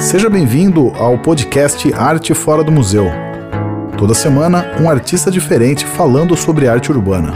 Seja bem-vindo ao podcast Arte Fora do Museu. Toda semana, um artista diferente falando sobre arte urbana.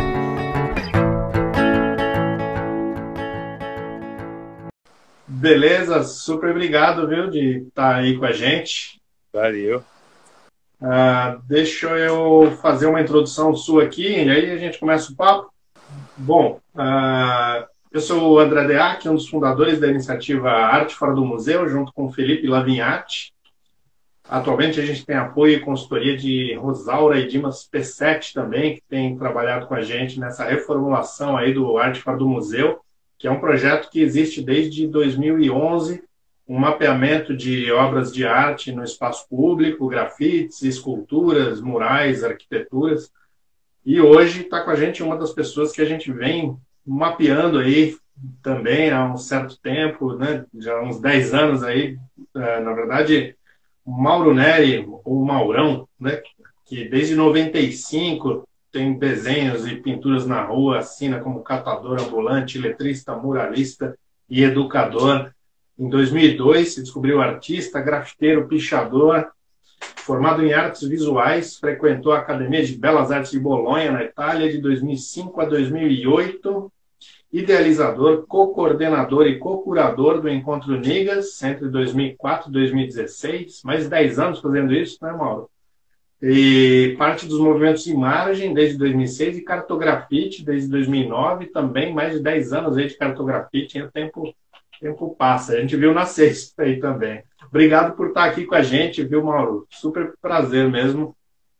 Beleza, super obrigado, viu, de estar aí com a gente. Valeu. Deixa eu fazer uma introdução sua aqui, e aí a gente começa o papo. Bom, eu sou o André Deac, um dos fundadores da iniciativa Arte Fora do Museu, junto com o Felipe Lavinhati. Atualmente a gente tem apoio e consultoria de Rosaura e Dimas P7 também, que tem trabalhado com a gente nessa reformulação aí do Arte Fora do Museu, que é um projeto que existe desde 2011, um mapeamento de obras de arte no espaço público, grafites, esculturas, murais, arquiteturas. E hoje está com a gente uma das pessoas que a gente vem mapeando aí também há um certo tempo, né? Já há uns 10 anos aí, na verdade, o Mauro Neri, ou Maurão, né? Que desde 95 tem desenhos e pinturas na rua, assina como catador ambulante, letrista, muralista e educador. Em 2002 se descobriu artista, grafiteiro, pichador. Formado em artes visuais, frequentou a Academia de Belas Artes de Bolonha, na Itália, de 2005 a 2008. Idealizador, co-coordenador e co-curador do Encontro Nigas, entre 2004 e 2016. Mais de 10 anos fazendo isso, né, Mauro? E parte dos movimentos Imagem, desde 2006, e Cartografite, desde 2009. Também mais de 10 anos aí de Cartografite. O tempo passa. A gente viu nascer isso aí também. Obrigado por estar aqui com a gente, viu, Mauro? Super prazer mesmo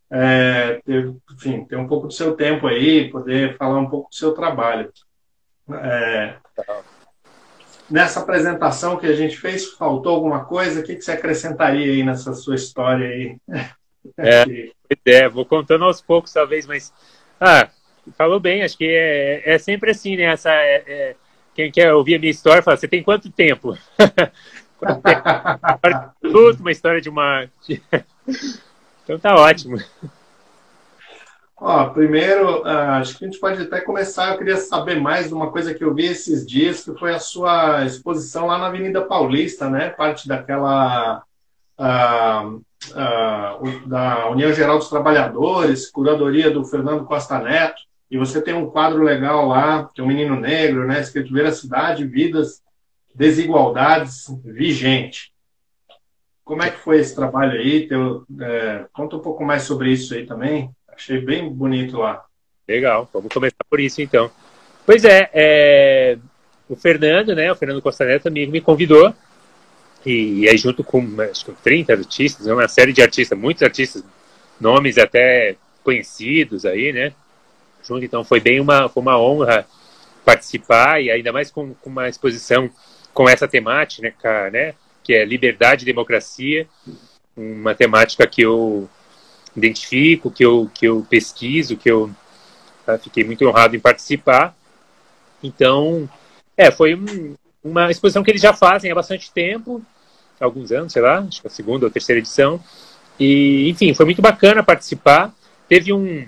ter um pouco do seu tempo aí, poder falar um pouco do seu trabalho. Nessa apresentação que a gente fez, faltou alguma coisa? O que você acrescentaria aí nessa sua história aí? Vou contando aos poucos, talvez, mas... falou bem, acho que é sempre assim, né? Quem quer ouvir a minha história, fala, você tem quanto tempo? Uma história de uma... Então tá ótimo. Primeiro, acho que a gente pode até começar. Eu queria saber mais de uma coisa que eu vi esses dias, que foi a sua exposição lá na Avenida Paulista, né? Parte daquela da União Geral dos Trabalhadores, curadoria do Fernando Costa Neto, e você tem um quadro legal lá, que é um menino negro, né? Escrito Veracidade, Vidas, Desigualdades, Vigente. Como é que foi esse trabalho aí? Conta um pouco mais sobre isso aí também. Achei bem bonito lá. Legal, vamos começar por isso então. Pois o Fernando, né? O Fernando Costa Neto me convidou, e aí junto com acho que 30 artistas, uma série de artistas, muitos artistas, nomes até conhecidos aí, né? Junto, então foi uma honra participar, e ainda mais com uma exposição com essa temática, né? Que é liberdade e democracia, uma temática que eu identifico, que eu pesquiso, que eu fiquei muito honrado em participar. Então, foi uma exposição que eles já fazem há bastante tempo, alguns anos, sei lá, acho que a segunda ou terceira edição, e, enfim, foi muito bacana participar. Teve um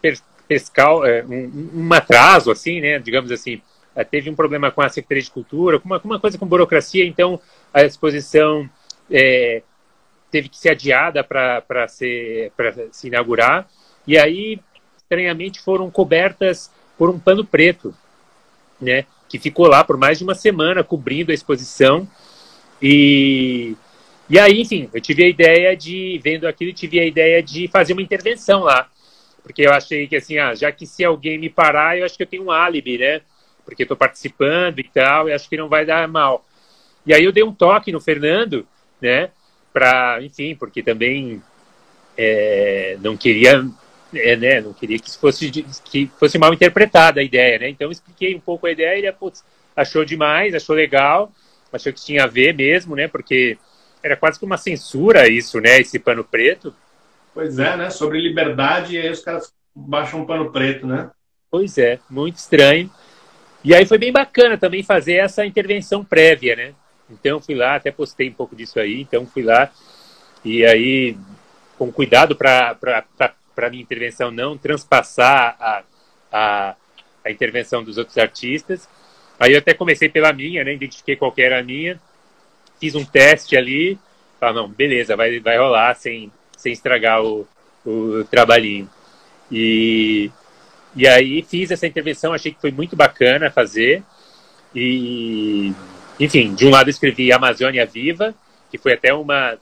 atraso, assim, né, digamos assim, teve um problema com a Secretaria de Cultura, com uma coisa com burocracia, então a exposição teve que ser adiada para se inaugurar, e aí, estranhamente, foram cobertas por um pano preto, né, que ficou lá por mais de uma semana, cobrindo a exposição, e aí, enfim, eu tive a ideia vendo aquilo, tive a ideia de fazer uma intervenção lá, porque eu achei que, assim, já que se alguém me parar, eu acho que eu tenho um álibi, né, porque estou participando e tal, e acho que não vai dar mal. E aí eu dei um toque no Fernando, né, enfim, porque também não queria, não queria que fosse mal interpretada a ideia, né? Então eu expliquei um pouco a ideia, e ele achou demais, achou legal, achou que tinha a ver mesmo, né? Porque era quase que uma censura isso, né? Esse pano preto. Pois é, né? Sobre liberdade, e aí os caras baixam um pano preto, né? Pois é, muito estranho. E aí foi bem bacana também fazer essa intervenção prévia, né? Então fui lá, até postei um pouco disso aí, então fui lá, e aí com cuidado para a minha intervenção não transpassar a intervenção dos outros artistas. Aí eu até comecei pela minha, né? Identifiquei qual que era a minha, fiz um teste ali, Falei, não, beleza, vai rolar sem estragar o trabalhinho. E aí fiz essa intervenção, achei que foi muito bacana fazer. E, enfim, de um lado escrevi Amazônia Viva, que foi até uma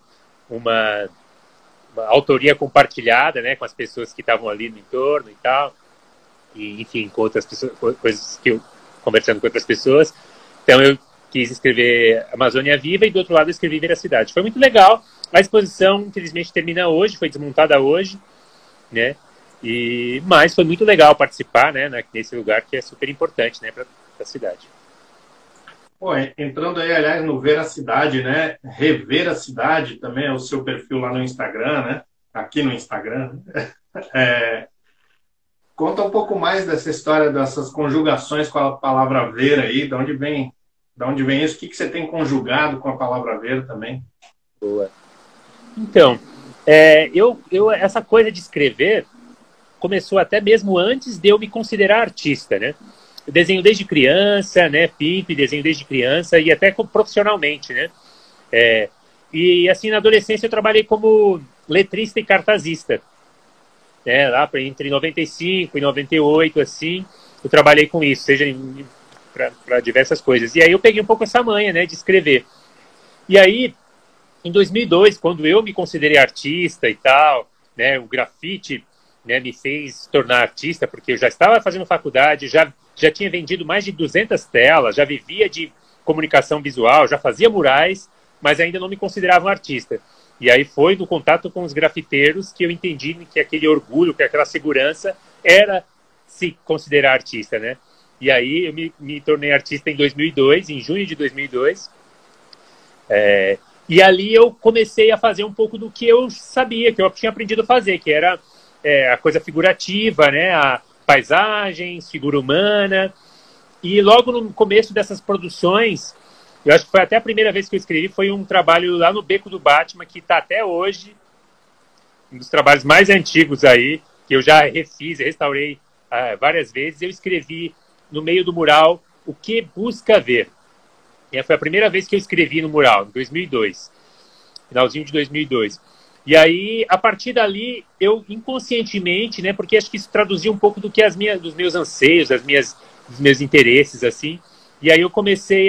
autoria compartilhada, né, com as pessoas que estavam ali no entorno e tal. E, enfim, com outras pessoas, coisas que eu conversando com outras pessoas. Então eu quis escrever Amazônia Viva e do outro lado eu escrevi Veracidade. Foi muito legal. A exposição, infelizmente, termina hoje, foi desmontada hoje, né? Mas foi muito legal participar, né, nesse lugar que é super importante, né, para a cidade. Pô, entrando aí, aliás, no Veracidade, né? Rever a Cidade também é o seu perfil lá no Instagram, né? Aqui no Instagram. Conta um pouco mais dessa história, dessas conjugações com a palavra ver aí, de onde vem isso? O que você tem conjugado com a palavra ver também? Boa. Então, essa coisa de escrever começou até mesmo antes de eu me considerar artista, né? Eu desenho desde criança, né? Pinto e desenho desde criança e até profissionalmente, né? E assim, na adolescência eu trabalhei como letrista e cartazista. Lá entre 95 e 98, assim, eu trabalhei com isso, seja para diversas coisas. E aí eu peguei um pouco essa manha, né, de escrever. E aí, em 2002, quando eu me considerei artista e tal, né, o grafite, né, me fez tornar artista, porque eu já estava fazendo faculdade, já tinha vendido mais de 200 telas, já vivia de comunicação visual, já fazia murais, mas ainda não me considerava um artista. E aí foi no contato com os grafiteiros que eu entendi que aquele orgulho, que aquela segurança era se considerar artista, né? E aí eu me tornei artista em 2002, em junho de 2002. E ali eu comecei a fazer um pouco do que eu sabia, que eu tinha aprendido a fazer, que era a coisa figurativa, né? A paisagens, figura humana. E logo no começo dessas produções, eu acho que foi até a primeira vez que eu escrevi, foi um trabalho lá no Beco do Batman, que está até hoje, um dos trabalhos mais antigos aí, que eu já refiz, restaurei várias vezes. Eu escrevi no meio do mural O que Busca Ver. E foi a primeira vez que eu escrevi no mural, em 2002, finalzinho de 2002. E aí, a partir dali, eu inconscientemente, né, porque acho que isso traduzia um pouco do que dos meus anseios, dos meus interesses, assim. E aí eu comecei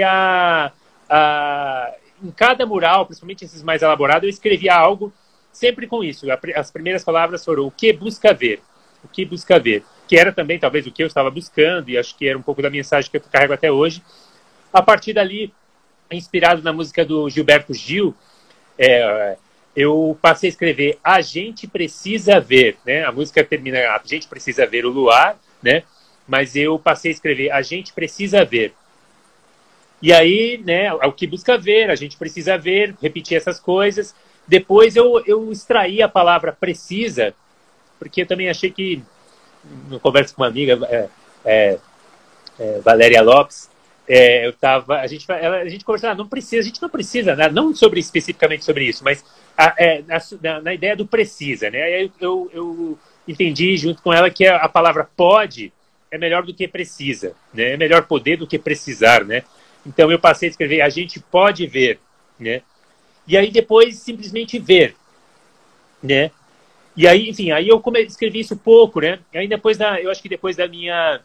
em cada mural, principalmente esses mais elaborados, eu escrevia algo sempre com isso. As primeiras palavras foram o que busca ver. O que busca ver. Que era também, talvez, o que eu estava buscando, e acho que era um pouco da mensagem que eu carrego até hoje. A partir dali, inspirado na música do Gilberto Gil, eu passei a escrever A Gente Precisa Ver, né? A música termina, A Gente Precisa Ver o Luar, né? Mas eu passei a escrever A Gente Precisa Ver. E aí, né, o que busca ver, a gente precisa ver, repetir essas coisas. Depois eu extraí a palavra precisa, porque eu também achei que, no conversa com uma amiga, Valéria Lopes, a gente conversava, a gente não precisa, né, não especificamente sobre isso, mas na ideia do precisa, né? Aí eu entendi junto com ela que a palavra pode é melhor do que precisa, né? É melhor poder do que precisar, né? Então eu passei a escrever, a gente pode ver, né? E aí depois simplesmente ver, né? E aí, enfim, aí eu escrevi isso pouco, né? E aí depois eu acho que depois da minha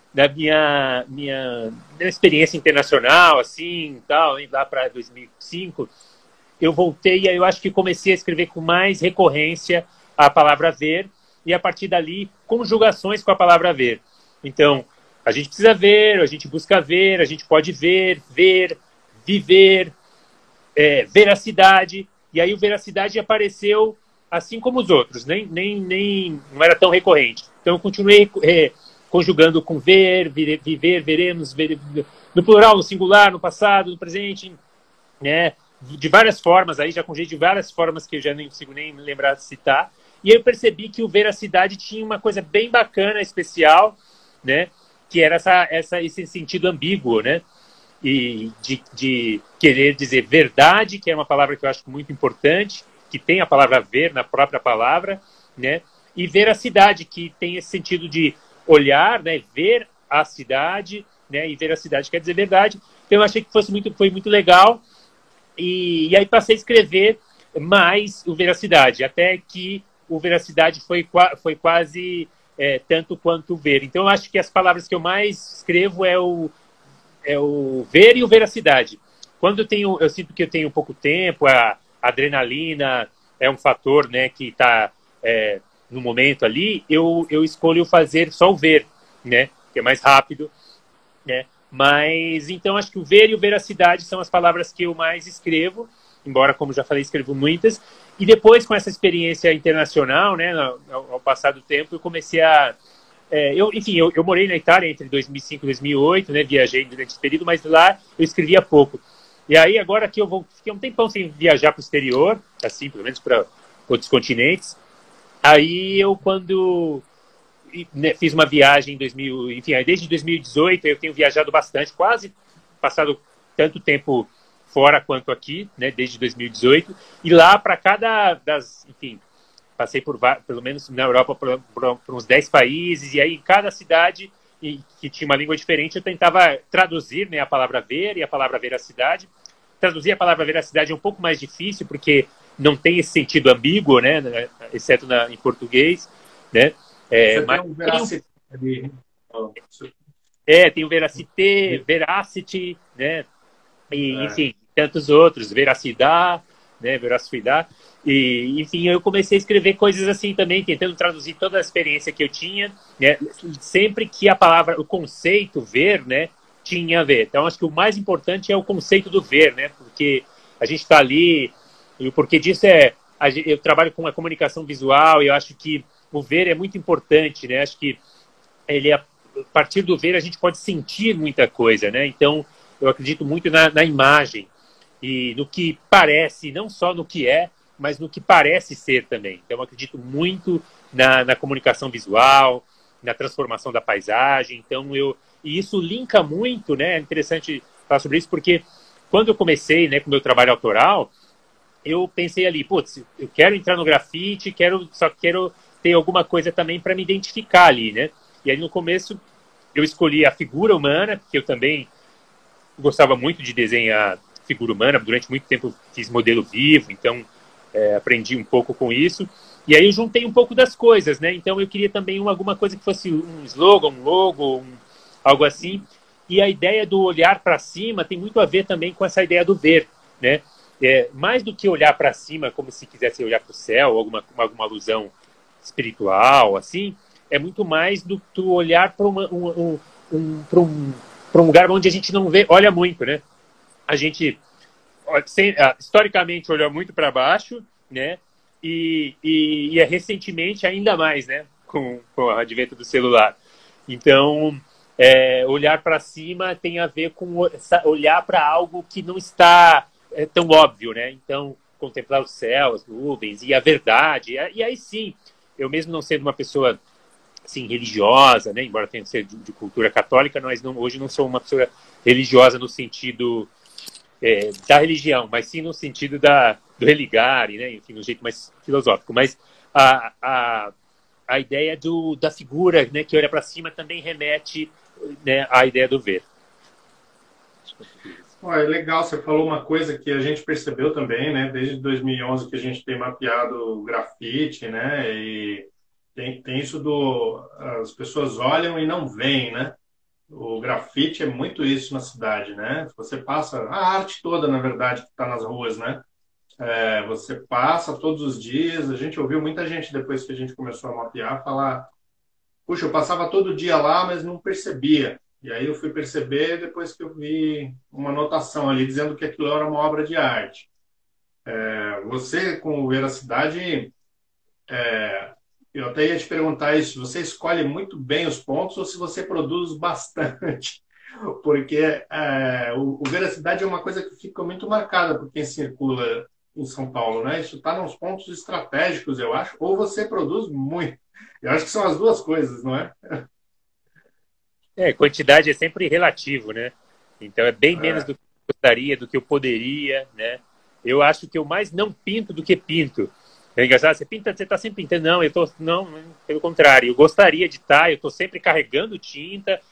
experiência internacional, assim, tal, lá para 2005, eu voltei e aí eu acho que comecei a escrever com mais recorrência a palavra ver e a partir dali conjugações com a palavra ver. Então, a gente precisa ver, a gente busca ver, a gente pode ver, viver, veracidade. E aí o veracidade apareceu assim como os outros, não era tão recorrente. Então eu continuei conjugando com ver, viver, veremos, no plural, no singular, no passado, no presente, né? De várias formas, aí já conjuguei de várias formas que eu já nem consigo nem me lembrar de citar. E aí eu percebi que o veracidade tinha uma coisa bem bacana, especial, né? Que era esse sentido ambíguo, né? E de querer dizer verdade, que é uma palavra que eu acho muito importante, que tem a palavra ver na própria palavra, né? E veracidade, que tem esse sentido de olhar, né? Ver a cidade, né? E veracidade quer dizer verdade. Então eu achei que foi muito legal. E aí passei a escrever mais o veracidade, até que o veracidade foi quase tanto quanto o ver. Então, eu acho que as palavras que eu mais escrevo é o ver e o veracidade. Quando eu sinto que eu tenho pouco tempo, a adrenalina é um fator, né, que está no momento ali, eu escolho fazer só o ver, né, que é mais rápido, né. Mas, então, acho que o ver e o veracidade são as palavras que eu mais escrevo, embora, como já falei, escrevo muitas. E depois, com essa experiência internacional, né, ao passar do tempo, eu comecei a... enfim, eu morei na Itália entre 2005 e 2008, né, viajei durante esse período, mas lá eu escrevia pouco. E aí, agora que fiquei um tempão sem viajar para o exterior, assim, pelo menos para outros continentes, aí eu, quando... né, fiz uma viagem em 2000, enfim, desde 2018 eu tenho viajado bastante, quase passado tanto tempo fora quanto aqui, né, desde 2018, e lá para enfim, passei pelo menos na Europa por uns 10 países, e aí em cada cidade que tinha uma língua diferente eu tentava traduzir, né, a palavra ver e a palavra veracidade. Traduzir a palavra veracidade é um pouco mais difícil, porque não tem esse sentido ambíguo, né, exceto em português, né. Mas tem um veracity. Tem o veracity, né? E, enfim, tantos outros, veracidade, né? Veracidade. E, enfim, eu comecei a escrever coisas assim também, tentando traduzir toda a experiência que eu tinha, né? Sempre que o conceito ver, né, tinha a ver. Então, acho que o mais importante é o conceito do ver, né? Porque a gente está ali, e o porquê disso eu trabalho com a comunicação visual, e eu acho que o ver é muito importante, né? Acho que a partir do ver a gente pode sentir muita coisa, né? Então, eu acredito muito na imagem e no que parece, não só no que é, mas no que parece ser também. Então, eu acredito muito na comunicação visual, na transformação da paisagem. Então, e isso linka muito, né? É interessante falar sobre isso, porque quando eu comecei, né, com o meu trabalho autoral, eu pensei ali, putz, eu quero entrar no grafite, só quero ter alguma coisa também para me identificar ali, né? E aí, no começo, eu escolhi a figura humana, porque eu também gostava muito de desenhar figura humana. Durante muito tempo fiz modelo vivo, então aprendi um pouco com isso. E aí eu juntei um pouco das coisas, né? Então eu queria também alguma coisa que fosse um slogan, um logo, algo assim. E a ideia do olhar para cima tem muito a ver também com essa ideia do ver, né? Mais do que olhar para cima, como se quisesse olhar para o céu, alguma alusão espiritual, assim, é muito mais do que olhar para um lugar onde a gente não olha muito, né? A gente historicamente olhou muito para baixo, né? E recentemente ainda mais, né? Com o advento do celular. Então, olhar para cima tem a ver com olhar para algo que não está tão óbvio, né? Então, contemplar o céu, as nuvens e a verdade. E aí sim, eu mesmo não sendo uma pessoa assim, religiosa, né? Embora tenha sido de cultura católica, mas hoje não sou uma pessoa religiosa no sentido da religião, mas sim no sentido do religare, né? Enfim, no jeito mais filosófico. Mas a ideia da figura, né, que olha para cima também remete, né, à ideia do ver. É legal, você falou uma coisa que a gente percebeu também, né? Desde 2011 que a gente tem mapeado o grafite, né? E tem isso as pessoas olham e não veem, né? O grafite é muito isso na cidade, né? Você passa a arte toda, na verdade, que está nas ruas, né? Você passa todos os dias. A gente ouviu muita gente depois que a gente começou a mapear falar: puxa, eu passava todo dia lá, mas não percebia. E aí eu fui perceber depois que eu vi uma anotação ali dizendo que aquilo era uma obra de arte. Você, com veracidade, eu até ia te perguntar isso: você escolhe muito bem os pontos ou se você produz bastante? Porque o veracidade é uma coisa que fica muito marcada por quem circula em São Paulo, né? Isso está nos pontos estratégicos, eu acho, ou você produz muito. Eu acho que são as duas coisas, não é? Quantidade é sempre relativo, né? Então é bem menos do que eu gostaria, do que eu poderia, né? Eu acho que eu mais não pinto do que pinto. É engraçado, você está sempre pintando. Não, pelo contrário, eu gostaria de estar, eu estou sempre carregando tinta,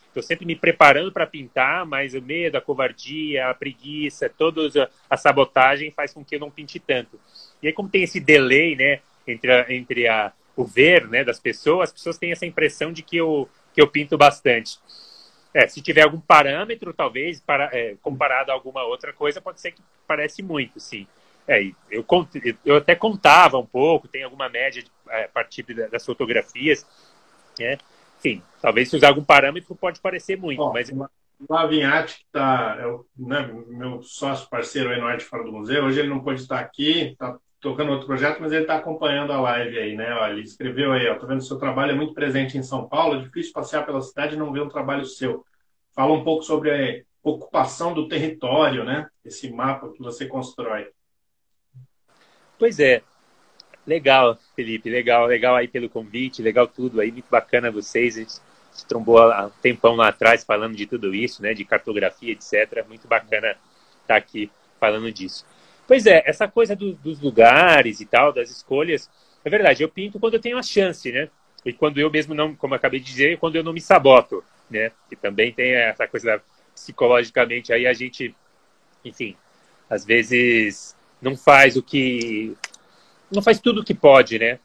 Estou sempre me preparando para pintar, mas o medo, a covardia, a preguiça, toda a sabotagem faz com que eu não pinte tanto. E aí, como tem esse delay, né, entre o ver, né, das pessoas, as pessoas têm essa impressão de que eu pinto bastante. Se tiver algum parâmetro, talvez, comparado a alguma outra coisa, pode ser que parece muito, sim. Eu até contava um pouco, tem alguma média a partir das fotografias, né? Enfim, talvez se usar algum parâmetro pode parecer muito, mas... O Lavinhati, que meu sócio parceiro aí no Arte Fora do Museu, hoje ele não pode estar aqui, está tocando outro projeto, mas ele está acompanhando a live aí, né? Olha, ele escreveu aí, tô vendo que o seu trabalho é muito presente em São Paulo, é difícil passear pela cidade e não ver um trabalho seu. Fala um pouco sobre a ocupação do território, né? Esse mapa que você constrói. Pois é. Legal, Felipe, legal aí pelo convite, legal tudo aí, muito bacana vocês, a gente se trombou há um tempão lá atrás falando de tudo isso, né, de cartografia, etc, muito bacana estar aqui falando disso. Pois é, essa coisa dos lugares e tal, das escolhas, é verdade, eu pinto quando eu tenho a chance, né, e quando eu mesmo não, como eu acabei de dizer, quando eu não me saboto, né, que também tem essa coisa psicologicamente, aí a gente, enfim, às vezes não faz não faz tudo o que pode, né?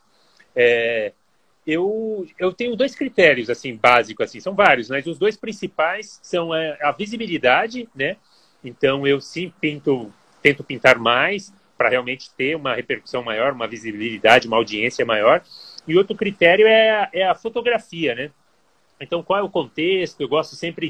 Eu tenho dois critérios, assim, básicos, assim, são vários, mas os dois principais são a visibilidade, né? Então, eu sim tento pintar mais para realmente ter uma repercussão maior, uma visibilidade, uma audiência maior. E outro critério é a fotografia, né? Então, qual é o contexto? Eu gosto sempre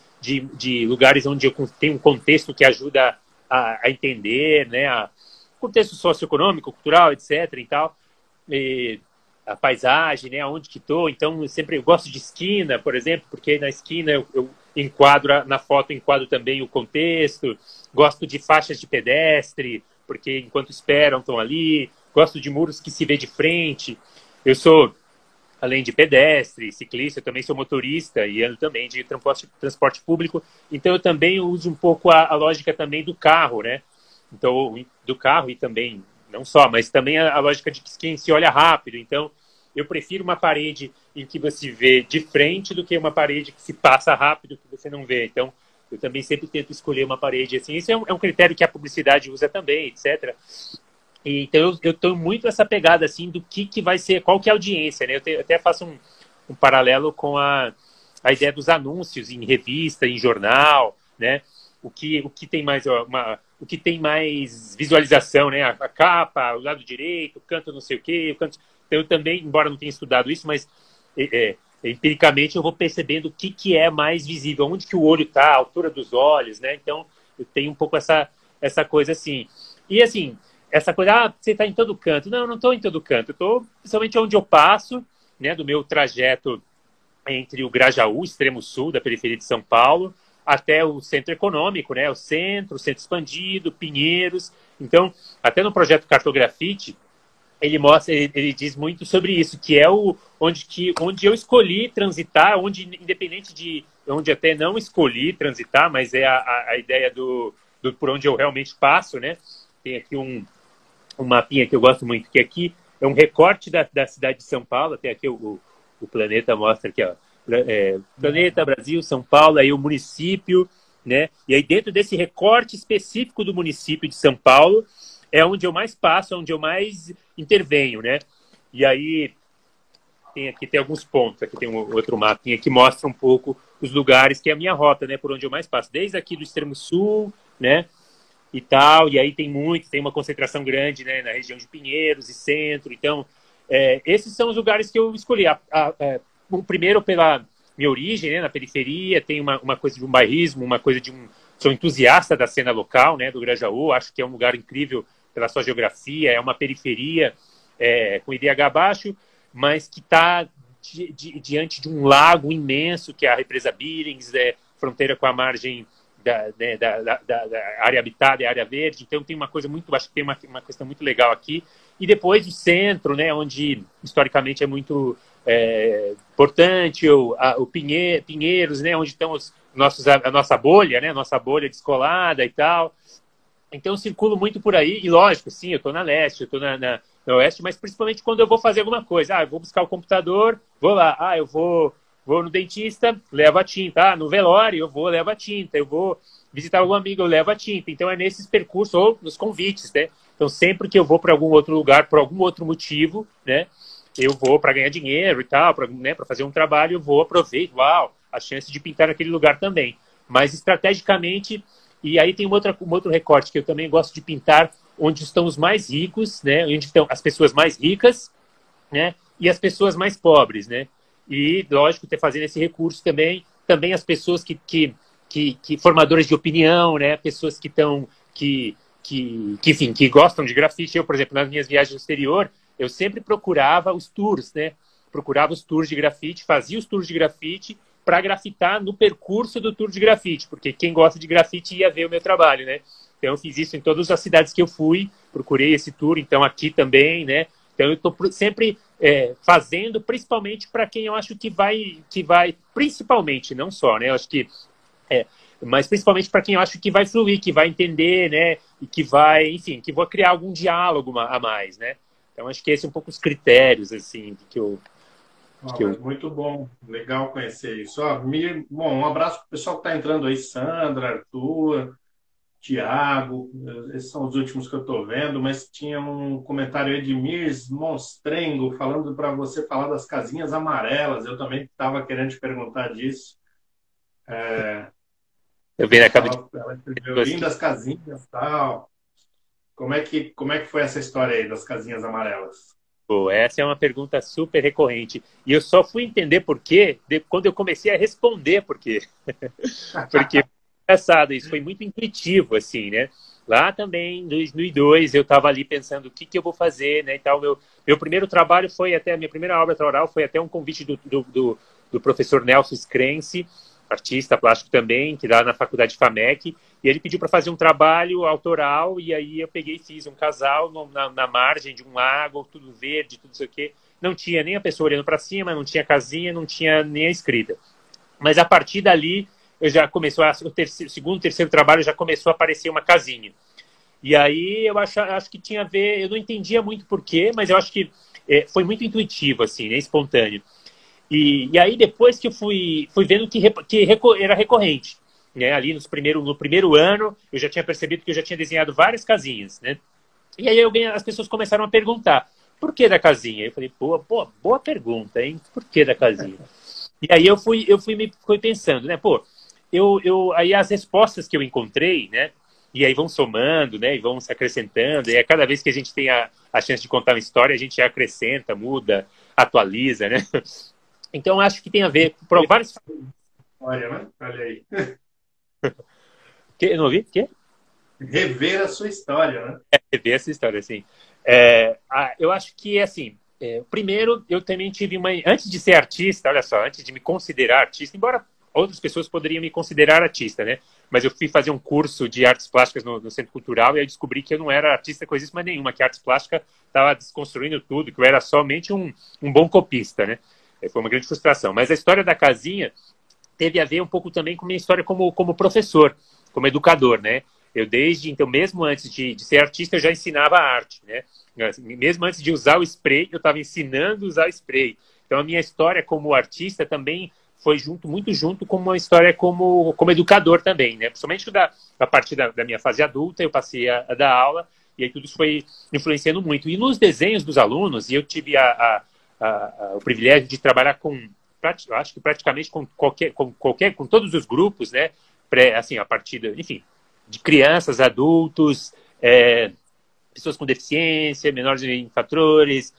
de lugares onde eu tenho um contexto que ajuda a entender, né? Contexto socioeconômico, cultural, etc. e tal, e a paisagem, né, aonde que estou. Então, eu gosto de esquina, por exemplo, porque na esquina eu enquadro, na foto enquadro também o contexto. Gosto de faixas de pedestre, porque enquanto esperam estão ali. Gosto de muros que se vê de frente. Eu sou, além de pedestre, ciclista, eu também sou motorista e ando também de transporte público. Então, eu também uso um pouco a lógica também do carro, né? Então, do carro e também, não só, mas também a lógica de quem se olha rápido. Então, eu prefiro uma parede em que você vê de frente do que uma parede que se passa rápido que você não vê. Então, eu também sempre tento escolher uma parede assim. Isso é um critério que a publicidade usa também, etc. Então, eu estou muito essa pegada, assim, do que vai ser, qual que é a audiência, né? Eu até faço um paralelo com a ideia dos anúncios em revista, em jornal, né? O que tem mais o que tem mais visualização, né? A capa, o lado direito, o canto não sei o quê. Então, eu também, embora não tenha estudado isso, mas empiricamente eu vou percebendo o que é mais visível, onde que o olho está, a altura dos olhos, né? Então, eu tenho um pouco essa coisa assim. E assim, essa coisa, você está em todo canto. Não, eu não estou em todo canto. Eu estou principalmente onde eu passo, né? Do meu trajeto entre o Grajaú, extremo sul da periferia de São Paulo, até o centro econômico, né? O centro expandido, Pinheiros. Então, até no projeto Cartografite, ele diz muito sobre isso, que é onde eu escolhi transitar, independente de onde até não escolhi transitar, mas é a ideia do por onde eu realmente passo, né? Tem aqui um mapinha que eu gosto muito, que aqui é um recorte da cidade de São Paulo, até aqui o planeta mostra aqui, ó. Planeta, Brasil, São Paulo, aí o município, né? E aí dentro desse recorte específico do município de São Paulo é onde eu mais passo, onde eu mais intervenho, né? E aí tem alguns pontos, aqui tem um outro mapinha que mostra um pouco os lugares que é a minha rota, né? Por onde eu mais passo, desde aqui do extremo sul, né? E tal, e aí tem uma concentração grande, né? Na região de Pinheiros e centro, então esses são os lugares que eu escolhi. Primeiro pela minha origem, né, na periferia, tem uma coisa de um bairrismo, uma coisa sou entusiasta da cena local, né, do Grajaú, acho que é um lugar incrível pela sua geografia, é uma periferia com IDH baixo, mas que está diante de um lago imenso, que é a represa Billings, fronteira com a margem da área habitada e área verde, então tem uma coisa acho que tem uma questão muito legal aqui, e depois o centro, né, onde historicamente é muito importante, o Pinheiros, né, onde estão a nossa bolha, né, nossa bolha descolada e tal. Então eu circulo muito por aí, e lógico, sim, eu estou na leste, eu estou na oeste, mas principalmente quando eu vou fazer alguma coisa. Eu vou buscar o computador, vou lá, eu vou vou no dentista, levo a tinta. Ah, no velório eu vou, levo a tinta. Eu vou visitar algum amigo, eu levo a tinta. Então é nesses percursos, ou nos convites, né? Então sempre que eu vou para algum outro lugar, por algum outro motivo, né? Eu vou para ganhar dinheiro e tal, para, né, para fazer um trabalho, eu vou, aproveito, uau, a chance de pintar naquele lugar também. Mas estrategicamente, e aí tem um outro recorte que eu também gosto de pintar, onde estão os mais ricos, né? Onde estão as pessoas mais ricas, né? E as pessoas mais pobres, né? E, lógico, ter fazendo esse recurso também as pessoas que formadores de opinião, né? Pessoas que estão, enfim, que gostam de grafite. Eu, por exemplo, nas minhas viagens no exterior, eu sempre procurava os tours, né? Procurava os tours de grafite, fazia os tours de grafite para grafitar no percurso do tour de grafite, porque quem gosta de grafite ia ver o meu trabalho, né? Então eu fiz isso em todas as cidades que eu fui, procurei esse tour, então aqui também, né? Então eu estou sempre fazendo, principalmente para quem eu acho que vai, principalmente, não só, né? Eu acho que mas principalmente para quem eu acho que vai fluir, que vai entender, né? E que vai, enfim, que vou criar algum diálogo a mais, né? Então, acho que esses são um pouco os critérios, assim, que eu... Muito bom, legal conhecer isso. Bom, um abraço para o pessoal que está entrando aí, Sandra, Arthur, Tiago, esses são os últimos que eu estou vendo, mas tinha um comentário aí de Mirs Monstrengo, falando para você falar das casinhas amarelas. Eu também estava querendo te perguntar disso. Eu vi na capa Ela escreveu lindas casinhas e tal. Como é que foi essa história aí das casinhas amarelas? Pô, essa é uma pergunta super recorrente. E eu só fui entender por quê quando eu comecei a responder por quê. Porque foi engraçado, isso foi muito intuitivo, assim, né? Lá também, em 2002, eu estava ali pensando o que eu vou fazer, né? E tal. Meu primeiro trabalho foi a minha primeira obra autoral foi até um convite do professor Nelson Screnci, artista plástico também, que dá na faculdade FAMEC, e ele pediu para fazer um trabalho autoral, e aí eu peguei e fiz um casal na margem de um lago, tudo verde, tudo isso aqui. Não tinha nem a pessoa olhando para cima, não tinha casinha, não tinha nem a escrita. Mas a partir dali, eu já começou, o segundo, terceiro trabalho já começou a aparecer uma casinha. E aí eu acho que tinha a ver, eu não entendia muito porquê, mas eu acho que foi muito intuitivo, assim, né, espontâneo. E aí depois que eu fui vendo que era recorrente, né? Ali no primeiro ano eu já tinha percebido que eu já tinha desenhado várias casinhas, né? E aí as pessoas começaram a perguntar, por que da casinha? Eu falei, boa pergunta, hein? Por que da casinha? E aí eu fui pensando, né? Aí as respostas que eu encontrei, né? E aí vão somando, né? E vão se acrescentando. E cada vez que a gente tem a chance de contar uma história, a gente acrescenta, muda, atualiza, né? Então, acho que tem a ver com vários... Olha, né? Olha aí. Eu não ouvi? Quê? Rever a sua história, né? Rever essa história, sim. Eu acho que, assim, primeiro, eu também tive uma... Antes de ser artista, olha só, antes de me considerar artista, embora outras pessoas poderiam me considerar artista, né? Mas eu fui fazer um curso de artes plásticas no Centro Cultural e aí descobri que eu não era artista coisíssima nenhuma, que a artes plástica estava desconstruindo tudo, que eu era somente um bom copista, né? Foi uma grande frustração. Mas a história da casinha teve a ver um pouco também com a minha história como professor, como educador, né? Eu então, mesmo antes de ser artista, eu já ensinava arte, né? Mesmo antes de usar o spray, eu estava ensinando a usar spray. Então, a minha história como artista também foi muito junto com uma história como educador também, né? Principalmente a partir da minha fase adulta, eu passei a dar aula, e aí tudo isso foi influenciando muito. E nos desenhos dos alunos, e eu tive o privilégio de trabalhar acho que praticamente com todos os grupos, né? Assim, a partir de crianças, adultos, pessoas com deficiência, menores infratores,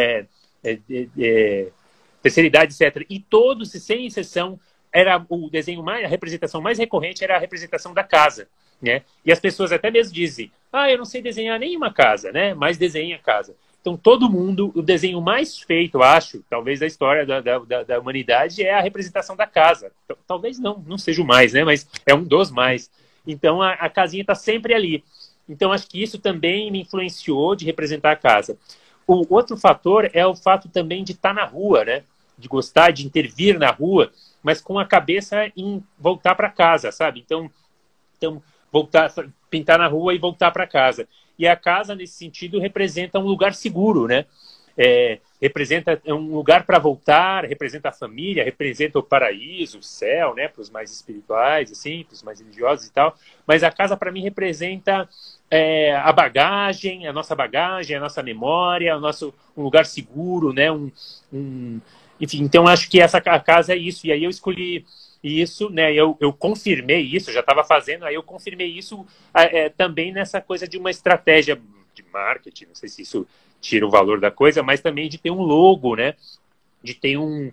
terceira idade, etc. E todos, sem exceção, era o desenho a representação mais recorrente era a representação da casa, né? E as pessoas até mesmo dizem, eu não sei desenhar nenhuma casa, né? Mas desenha a casa. Então, todo mundo, o desenho mais feito, acho, talvez da história da humanidade, é a representação da casa. Talvez não seja o mais, né? Mas é um dos mais. Então, a casinha está sempre ali. Então, acho que isso também me influenciou de representar a casa. O outro fator é o fato também de estar na rua, né? De gostar de intervir na rua, mas com a cabeça em voltar para casa, sabe? Então pintar na rua e voltar para casa. E a casa, nesse sentido, representa um lugar seguro, né? representa um lugar para voltar, representa a família, representa o paraíso, o céu, né, para os mais espirituais, assim, para os mais religiosos e tal. Mas a casa, para mim, representa a bagagem, a nossa memória, um lugar seguro, né, enfim, então acho que a casa é isso. E aí eu escolhi isso, né, eu confirmei isso, já estava fazendo, aí eu confirmei isso também nessa coisa de uma estratégia de marketing, não sei se isso tira o valor da coisa, mas também de ter um logo, né? De ter um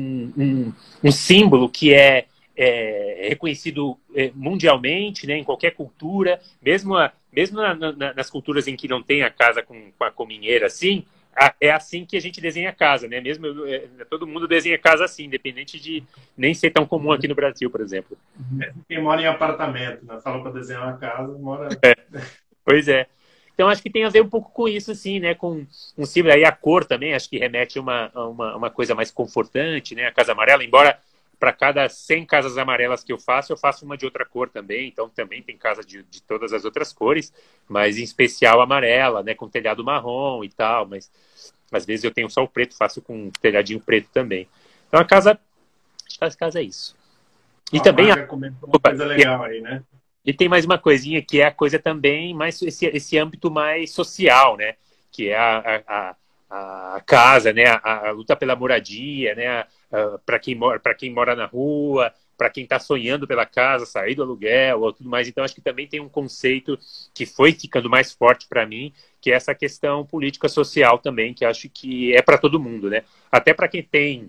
símbolo que é reconhecido mundialmente, né? Em qualquer cultura, mesmo nas culturas em que não tem a casa com a cominheira assim, é assim que a gente desenha a casa, né? Mesmo todo mundo desenha casa assim, independente de nem ser tão comum aqui no Brasil, por exemplo. Quem mora em apartamento, né? Fala para desenhar uma casa, mora... Pois é. Então, acho que tem a ver um pouco com isso, assim, né? Com um símbolo. Aí a cor também, acho que remete a uma coisa mais confortante, né? A casa amarela, embora para cada 100 casas amarelas que eu faço uma de outra cor também. Então, também tem casa de todas as outras cores, mas em especial amarela, né? Com telhado marrom e tal. Mas, às vezes, eu tenho só o preto, faço com um telhadinho preto também. Então, a casa é isso. E também... uma coisa legal aí, né? E tem mais uma coisinha que é a coisa também, mais esse âmbito mais social, né? Que é a casa, né? A luta pela moradia, né? Para quem mora na rua, para quem está sonhando pela casa, sair do aluguel ou tudo mais. Então, acho que também tem um conceito que foi ficando mais forte para mim, que é essa questão política social também, que acho que é para todo mundo, né? Até para quem tem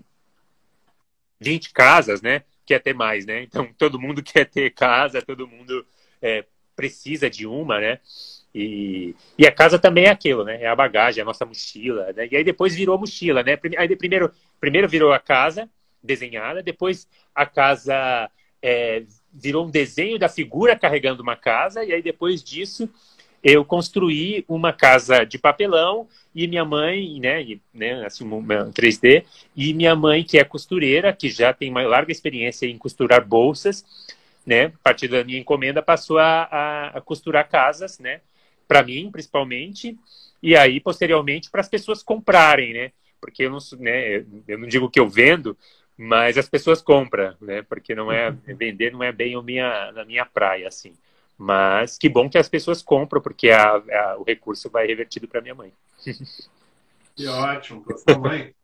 20 casas, né? Quer ter mais, né? Então, todo mundo quer ter casa, todo mundo precisa de uma, né? E a casa também é aquilo, né? É a bagagem, a nossa mochila, né? E aí depois virou mochila, né? Aí primeiro virou a casa desenhada, depois a casa virou um desenho da figura carregando uma casa, e aí depois disso eu construí uma casa de papelão e minha mãe, né, assim, um 3D, e minha mãe, que é costureira, que já tem uma larga experiência em costurar bolsas, né, a partir da minha encomenda passou a costurar casas, né, para mim, principalmente, e aí, posteriormente, para as pessoas comprarem, né, porque eu não digo que eu vendo, mas as pessoas compram, né, porque vender não é bem na minha praia, assim. Mas que bom que as pessoas compram, porque o recurso vai revertido para minha mãe. Que ótimo, para sua mãe.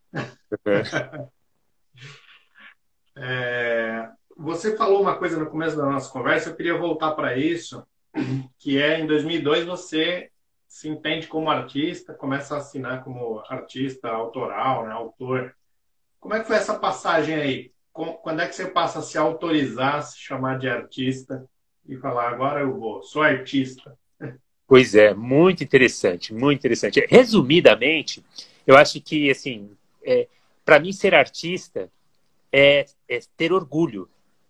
Você falou uma coisa no começo da nossa conversa, eu queria voltar para isso, que em 2002 você se entende como artista, começa a assinar como artista autoral, né, autor. Como é que foi essa passagem aí? Quando é que você passa a se autorizar, a se chamar de artista e falar, agora sou artista? Pois é, muito interessante, muito interessante. Resumidamente, eu acho que, assim, para mim ser artista é ter orgulho.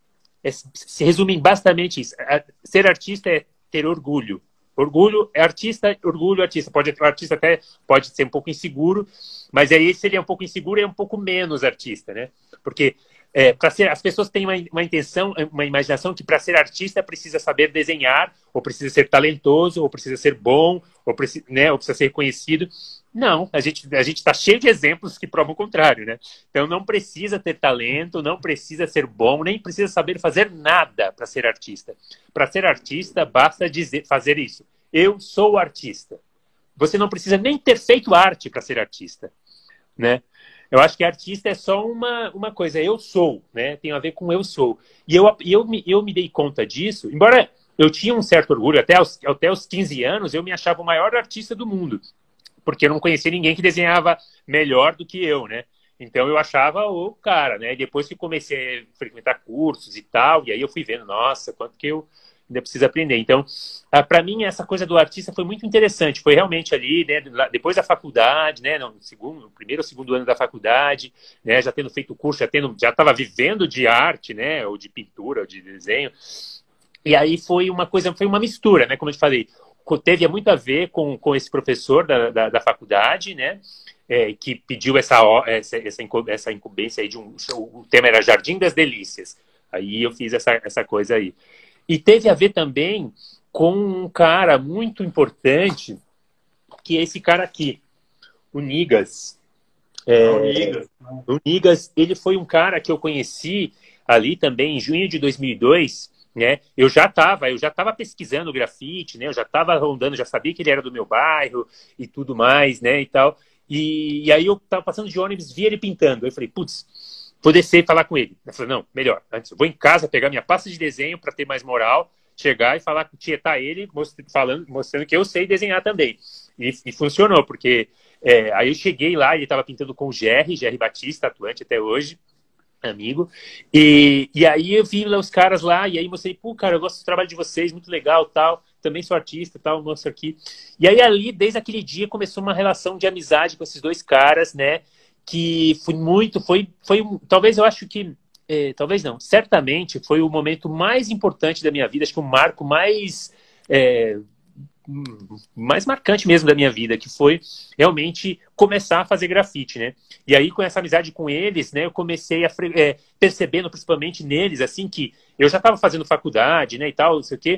Se resume em basicamente isso. Ser artista é ter orgulho. Orgulho é artista, orgulho é artista. O artista até pode ser um pouco inseguro, mas aí se ele é um pouco inseguro, é um pouco menos artista, né? Porque as pessoas têm uma intenção, uma imaginação que para ser artista precisa saber desenhar, ou precisa ser talentoso, ou precisa ser bom, ou precisa ser reconhecido. Não, a gente está cheio de exemplos que provam o contrário, né? Então não precisa ter talento, não precisa ser bom, nem precisa saber fazer nada para ser artista. Para ser artista, basta fazer isso. Eu sou artista. Você não precisa nem ter feito arte para ser artista, né? Eu acho que artista é só uma coisa, eu sou, né? Tem a ver com eu sou. E eu me dei conta disso, embora eu tinha um certo orgulho, até os 15 anos, eu me achava o maior artista do mundo, porque eu não conhecia ninguém que desenhava melhor do que eu, né? Então eu achava o cara, né? E depois que comecei a frequentar cursos e tal, e aí eu fui vendo, nossa, quanto que eu ainda preciso aprender. Então, para mim, essa coisa do artista foi muito interessante. Foi realmente ali, né, depois da faculdade, né, no primeiro ou segundo ano da faculdade, né, já tendo feito o curso, já estava vivendo de arte, né, ou de pintura, ou de desenho. E aí foi uma mistura, né, como eu te falei. Teve muito a ver com esse professor da faculdade, né, que pediu essa incumbência aí o tema era Jardim das Delícias. Aí eu fiz essa coisa aí. E teve a ver também com um cara muito importante, que é esse cara aqui, o Nigas. O Nigas. O Nigas, ele foi um cara que eu conheci ali também em junho de 2002, né? Eu já estava pesquisando grafite, né? Eu já estava rondando, já sabia que ele era do meu bairro e tudo mais, né? E tal. E aí eu estava passando de ônibus, vi ele pintando. Eu falei, putz, vou descer e falar com ele. Eu falei, não, melhor. Antes eu vou em casa pegar minha pasta de desenho para ter mais moral, chegar e falar, tietar ele, mostrando que eu sei desenhar também. E funcionou, porque aí eu cheguei lá, ele estava pintando com o Jerry Batista, atuante até hoje, amigo. E aí eu vi lá os caras lá, e aí mostrei, pô, cara, eu gosto do trabalho de vocês, muito legal, tal. Também sou artista, tal, mostro aqui. E aí ali, desde aquele dia, começou uma relação de amizade com esses dois caras, né? Que talvez eu acho que, talvez não, certamente foi o momento mais importante da minha vida, acho que o marco mais marcante mesmo da minha vida, que foi realmente começar a fazer grafite, né? E aí, com essa amizade com eles, né, eu comecei a percebendo, principalmente neles, assim, que eu já estava fazendo faculdade, né, e tal, não sei o quê,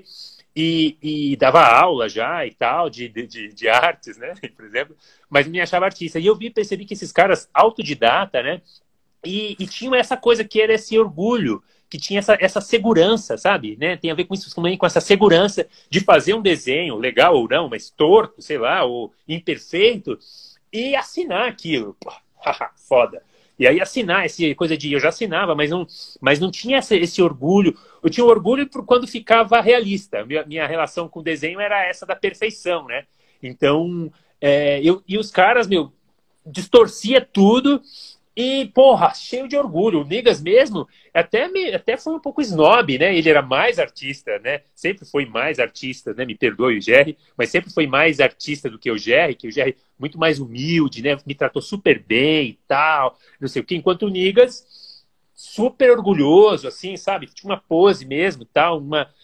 e dava aula já e tal, de artes, né, por exemplo, mas me achava artista. E eu percebi que esses caras autodidata, né, e tinham essa coisa que era esse orgulho, que tinha essa segurança, sabe? Né? Tem a ver com isso também, com essa segurança de fazer um desenho, legal ou não, mas torto, sei lá, ou imperfeito, e assinar aquilo. Pô, foda. E aí assinar, essa coisa de... Eu já assinava, mas não tinha esse orgulho. Eu tinha orgulho quando ficava realista. Minha relação com o desenho era essa da perfeição, né? Então, e os caras, distorcia tudo. E, porra, cheio de orgulho. O Nigas mesmo até foi um pouco snob, né? Ele era mais artista, né? Sempre foi mais artista, né? Me perdoe o Jerry, mas sempre foi mais artista do que o Jerry muito mais humilde, né? Me tratou super bem e tal, não sei o quê. Enquanto o Nigas, super orgulhoso, assim, sabe? Tinha uma pose mesmo e tal,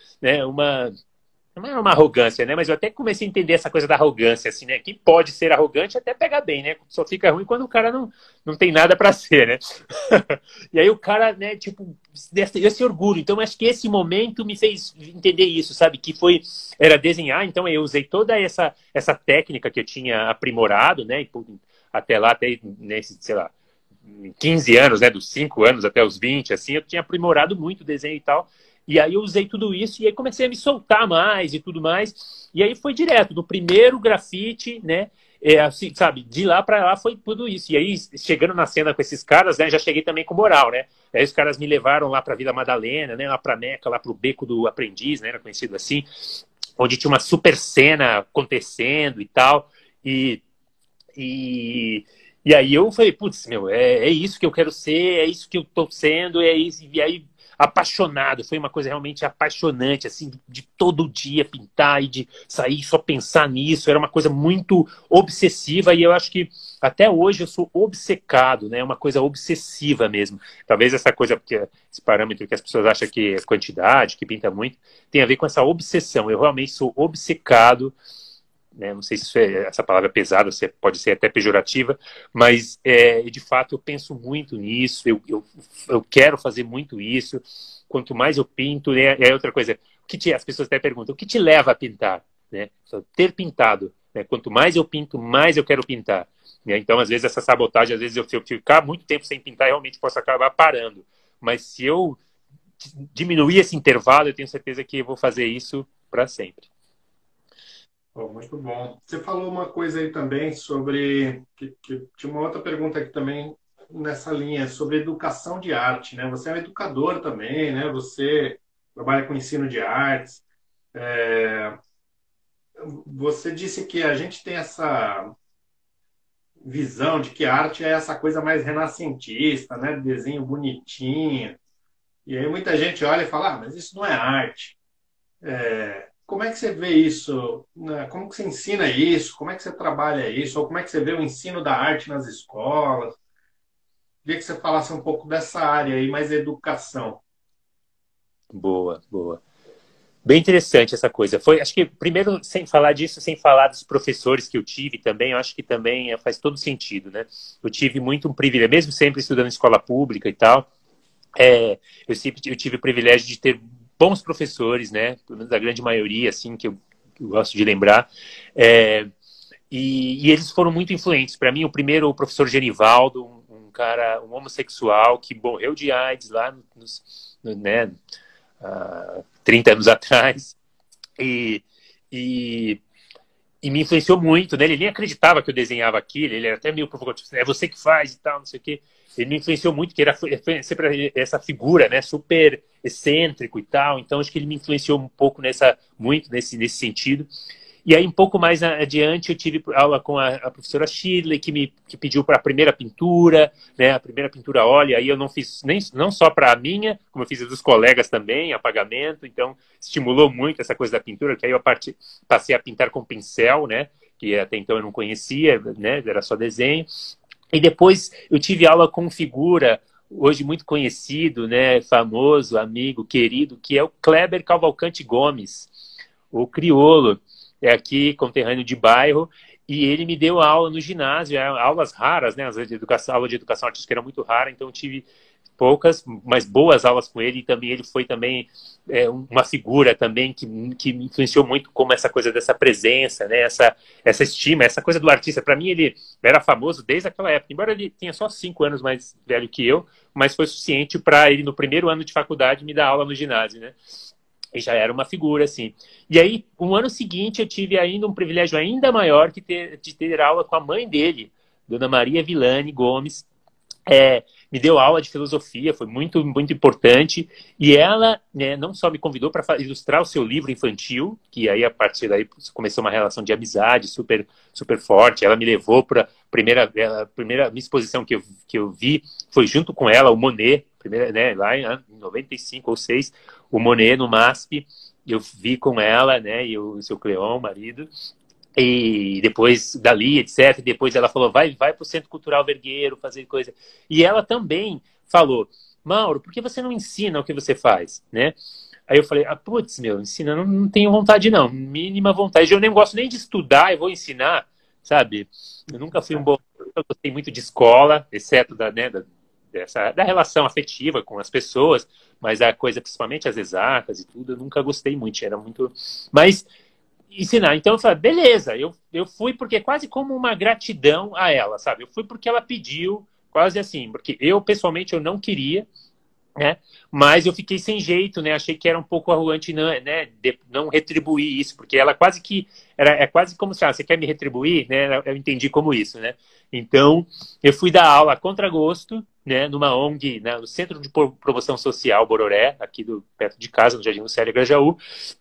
não é uma arrogância, né? Mas eu até comecei a entender essa coisa da arrogância, assim, né? Que pode ser arrogante até pegar bem, né? Só fica ruim quando o cara não tem nada para ser, né? E aí o cara, né, tipo, esse orgulho. Então, acho que esse momento me fez entender isso, sabe? Que era desenhar, então eu usei toda essa técnica que eu tinha aprimorado, né? Até lá, nesses, sei lá, 15 anos, né? Dos 5 anos até os 20, assim, eu tinha aprimorado muito o desenho e tal. E aí eu usei tudo isso e aí comecei a me soltar mais e tudo mais. E aí foi direto, do primeiro grafite, né? Assim, sabe, de lá pra lá foi tudo isso. E aí, chegando na cena com esses caras, né? Já cheguei também com moral, né? Aí os caras me levaram lá pra Vila Madalena, né? Lá pra Meca, lá pro Beco do Aprendiz, né? Era conhecido assim. Onde tinha uma super cena acontecendo e tal. E aí eu falei, putz, é isso que eu quero ser, é isso que eu tô sendo, é isso. E aí, apaixonado, foi uma coisa realmente apaixonante, assim, de todo dia pintar e de sair só pensar nisso, era uma coisa muito obsessiva e eu acho que até hoje eu sou obcecado, né, uma coisa obsessiva mesmo. Talvez essa coisa, porque esse parâmetro que as pessoas acham que é quantidade, que pinta muito, tem a ver com essa obsessão. Eu realmente sou obcecado, né? Não sei se essa palavra é pesada, pode ser até pejorativa, mas de fato eu penso muito nisso, eu quero fazer muito isso. Quanto mais eu pinto, né? É outra coisa, as pessoas até perguntam, o que te leva a pintar? Né? Ter pintado, né? Quanto mais eu pinto, mais eu quero pintar. Né? Então, às vezes, essa sabotagem, às vezes eu ficar muito tempo sem pintar, realmente posso acabar parando. Mas se eu diminuir esse intervalo, eu tenho certeza que eu vou fazer isso para sempre. Oh, muito bom. Você falou uma coisa aí também sobre... que tinha uma outra pergunta aqui também nessa linha, sobre educação de arte, né? Você é um educador também, né? Você trabalha com ensino de artes. Você disse que a gente tem essa visão de que a arte é essa coisa mais renascentista, né? Desenho bonitinho. E aí muita gente olha e fala, mas isso não é arte. Como é que você vê isso? Como que você ensina isso? Como é que você trabalha isso? Ou como é que você vê o ensino da arte nas escolas? Queria que você falasse um pouco dessa área aí, mais educação. Boa, boa. Bem interessante essa coisa. Acho que, primeiro, sem falar disso, sem falar dos professores que eu tive também, eu acho que também faz todo sentido, né? Eu tive muito um privilégio, mesmo sempre estudando em escola pública e tal, eu tive o privilégio de ter bons professores, né? Pelo menos a grande maioria, assim, que eu gosto de lembrar. E eles foram muito influentes. Para mim, o primeiro, o professor Genivaldo, um homossexual que morreu de AIDS lá né, 30 anos atrás. E me influenciou muito, né? Ele nem acreditava que eu desenhava aquilo, ele era até meio provocativo, é você que faz e tal, não sei o quê. Ele me influenciou muito, que foi sempre essa figura, né? Super excêntrico e tal. Então, acho que ele me influenciou um pouco muito nesse sentido. E aí, um pouco mais adiante, eu tive aula com a professora Shirley, que pediu para a primeira pintura, né? A primeira pintura a óleo. Aí eu não fiz não só para a minha, como eu fiz a dos colegas também, apagamento. Então, estimulou muito essa coisa da pintura, que aí eu passei a pintar com pincel, né? Que até então eu não conhecia, né? Era só desenho. E depois eu tive aula com figura, hoje muito conhecido, né? Famoso, amigo, querido, que é o Kleber Cavalcante Gomes, o crioulo. É aqui, conterrâneo de bairro, e ele me deu aula no ginásio, aulas raras, né? Aula de educação artística era muito rara, então eu tive poucas, mas boas aulas com ele, e também ele foi também uma figura também que me influenciou muito, como essa coisa dessa presença, né? Essa estima, essa coisa do artista. Para mim, ele era famoso desde aquela época, embora ele tenha só 5 anos mais velho que eu, mas foi suficiente para ele, no primeiro ano de faculdade, me dar aula no ginásio, né? E já era uma figura, assim. E aí, no ano seguinte, eu tive ainda um privilégio ainda maior de ter aula com a mãe dele, Dona Maria Villani Gomes. Me deu aula de filosofia, foi muito, muito importante. E ela, né, não só me convidou para ilustrar o seu livro infantil, que aí, a partir daí, começou uma relação de amizade super, super forte. Ela me levou para a primeira exposição que eu vi, foi junto com ela, o Monet, né, lá em 95 ou 6, o Monet no MASP, eu vi com ela, né, e o seu Cleon, marido, e depois dali, etc. E depois ela falou, vai para o Centro Cultural Vergueiro fazer coisa. E ela também falou, Mauro, por que você não ensina o que você faz, né? Aí eu falei, putz, ensina, não tenho vontade não, mínima vontade. Eu nem gosto nem de estudar, eu vou ensinar, sabe? Eu nunca fui eu gostei muito de escola, exceto da relação afetiva com as pessoas, mas a coisa, principalmente as exatas e tudo, eu nunca gostei muito, era muito... Mas ensinar, então eu falei, beleza, eu fui porque quase como uma gratidão a ela, sabe? Eu fui porque ela pediu, quase assim, porque eu, pessoalmente, eu não queria, né? Mas eu fiquei sem jeito, né? Achei que era um pouco arrogante, né? Não retribuir isso, porque ela quase que é quase como se você quer me retribuir, né? Eu entendi como isso, né? Então eu fui dar aula a contragosto, né? Numa ONG, né? No Centro de Promoção Social Bororé, aqui perto de casa, no Jardim Lucélia Grajaú.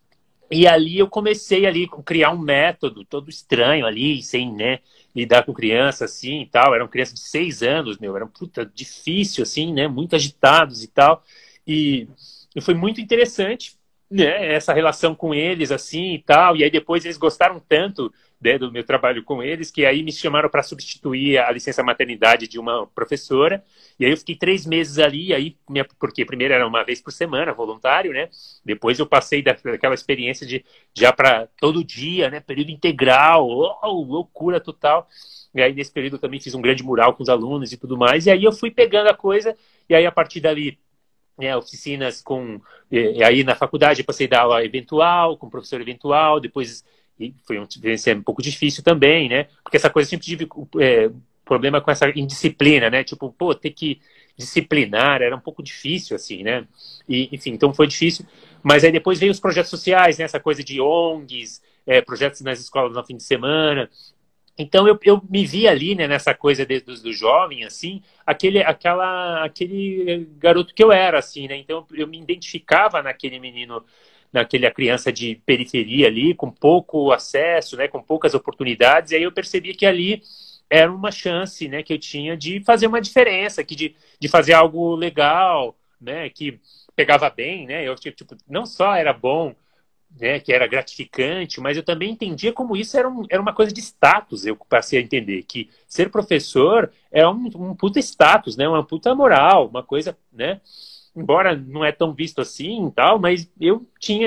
E ali eu comecei a criar um método todo estranho ali, sem, né, lidar com criança assim e tal. Eram crianças de 6 anos, era difícil assim, né, muito agitados e tal. E foi muito interessante, né, essa relação com eles assim e tal. E aí depois eles gostaram tanto, né, do meu trabalho com eles, que aí me chamaram para substituir a licença maternidade de uma professora. E aí eu fiquei 3 meses ali, aí, porque primeiro era uma vez por semana, voluntário, né? Depois eu passei daquela experiência de já para todo dia, né? Período integral, loucura total. E aí nesse período eu também fiz um grande mural com os alunos e tudo mais. E aí eu fui pegando a coisa, e aí a partir dali, né, oficinas e aí na faculdade eu passei da aula eventual, com professor eventual, depois... E foi um pouco difícil também, né? Porque essa coisa sempre tive problema com essa indisciplina, né? Tipo, ter que disciplinar era um pouco difícil, assim, né? E, enfim, então foi difícil. Mas aí depois veio os projetos sociais, né? Essa coisa de ONGs, projetos nas escolas no fim de semana. Então eu me vi ali, né? Nessa coisa do jovem, assim, aquele garoto que eu era, assim, né? Então eu me identificava naquele menino, naquela criança de periferia ali, com pouco acesso, né, com poucas oportunidades, e aí eu percebi que ali era uma chance, né, que eu tinha de fazer uma diferença, de fazer algo legal, né, que pegava bem, né, eu tipo, não só era bom, né, que era gratificante, mas eu também entendia como isso era uma coisa de status. Eu passei a entender que ser professor é um puta status, né, uma puta moral, uma coisa, né, embora não é tão visto assim e tal, mas eu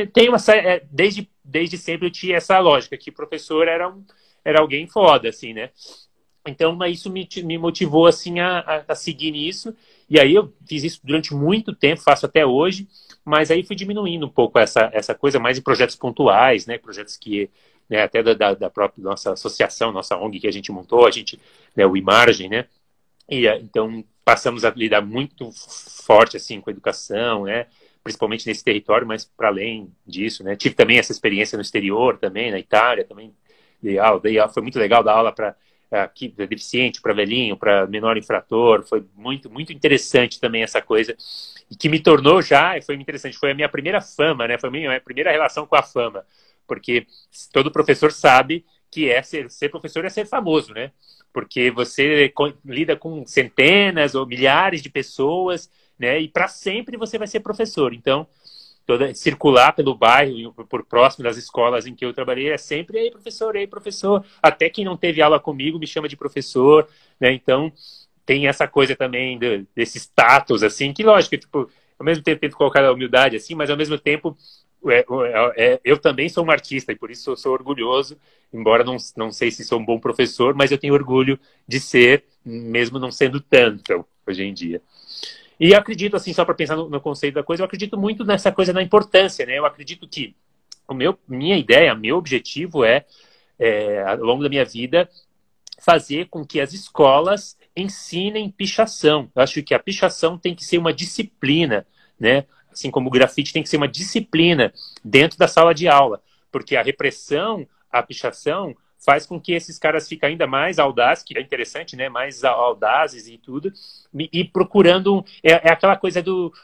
desde sempre eu tinha essa lógica, que professor era alguém foda, assim, né? Então, isso me motivou, assim, a seguir nisso, e aí eu fiz isso durante muito tempo, faço até hoje, mas aí fui diminuindo um pouco essa coisa mais em projetos pontuais, né? Projetos que né, até da própria nossa associação, nossa ONG que a gente montou, né, o Imargem, né? E então passamos a lidar muito forte assim com a educação, né? Principalmente nesse território, mas para além disso, né? Tive também essa experiência no exterior, também na Itália, também dei aula, foi muito legal dar aula para aqui para deficiente, para velhinho, para menor infrator, foi muito muito interessante também essa coisa e que me tornou foi interessante, foi a minha primeira fama, né? Foi a minha primeira relação com a fama, porque todo professor sabe que ser professor é ser famoso, né? Porque você lida com centenas ou milhares de pessoas, né? E para sempre você vai ser professor. Então, circular pelo bairro, por próximo das escolas em que eu trabalhei, é sempre, ei, professor. Até quem não teve aula comigo me chama de professor, né? Então, tem essa coisa também desse status, assim, que lógico, tipo, ao mesmo tempo tento colocar a humildade, assim, mas ao mesmo tempo eu também sou um artista e por isso eu sou orgulhoso, embora não sei se sou um bom professor, mas eu tenho orgulho de ser, mesmo não sendo tanto hoje em dia. E acredito, assim, só para pensar no conceito da coisa, eu acredito muito nessa coisa da importância, né? Eu acredito que minha ideia, meu objetivo ao longo da minha vida, fazer com que as escolas ensinem pichação. Eu acho que a pichação tem que ser uma disciplina, né? Assim como o grafite tem que ser uma disciplina dentro da sala de aula, porque a repressão, a pichação, faz com que esses caras fiquem ainda mais audazes, que é interessante, né? Mais audazes e tudo, e procurando... É aquela coisa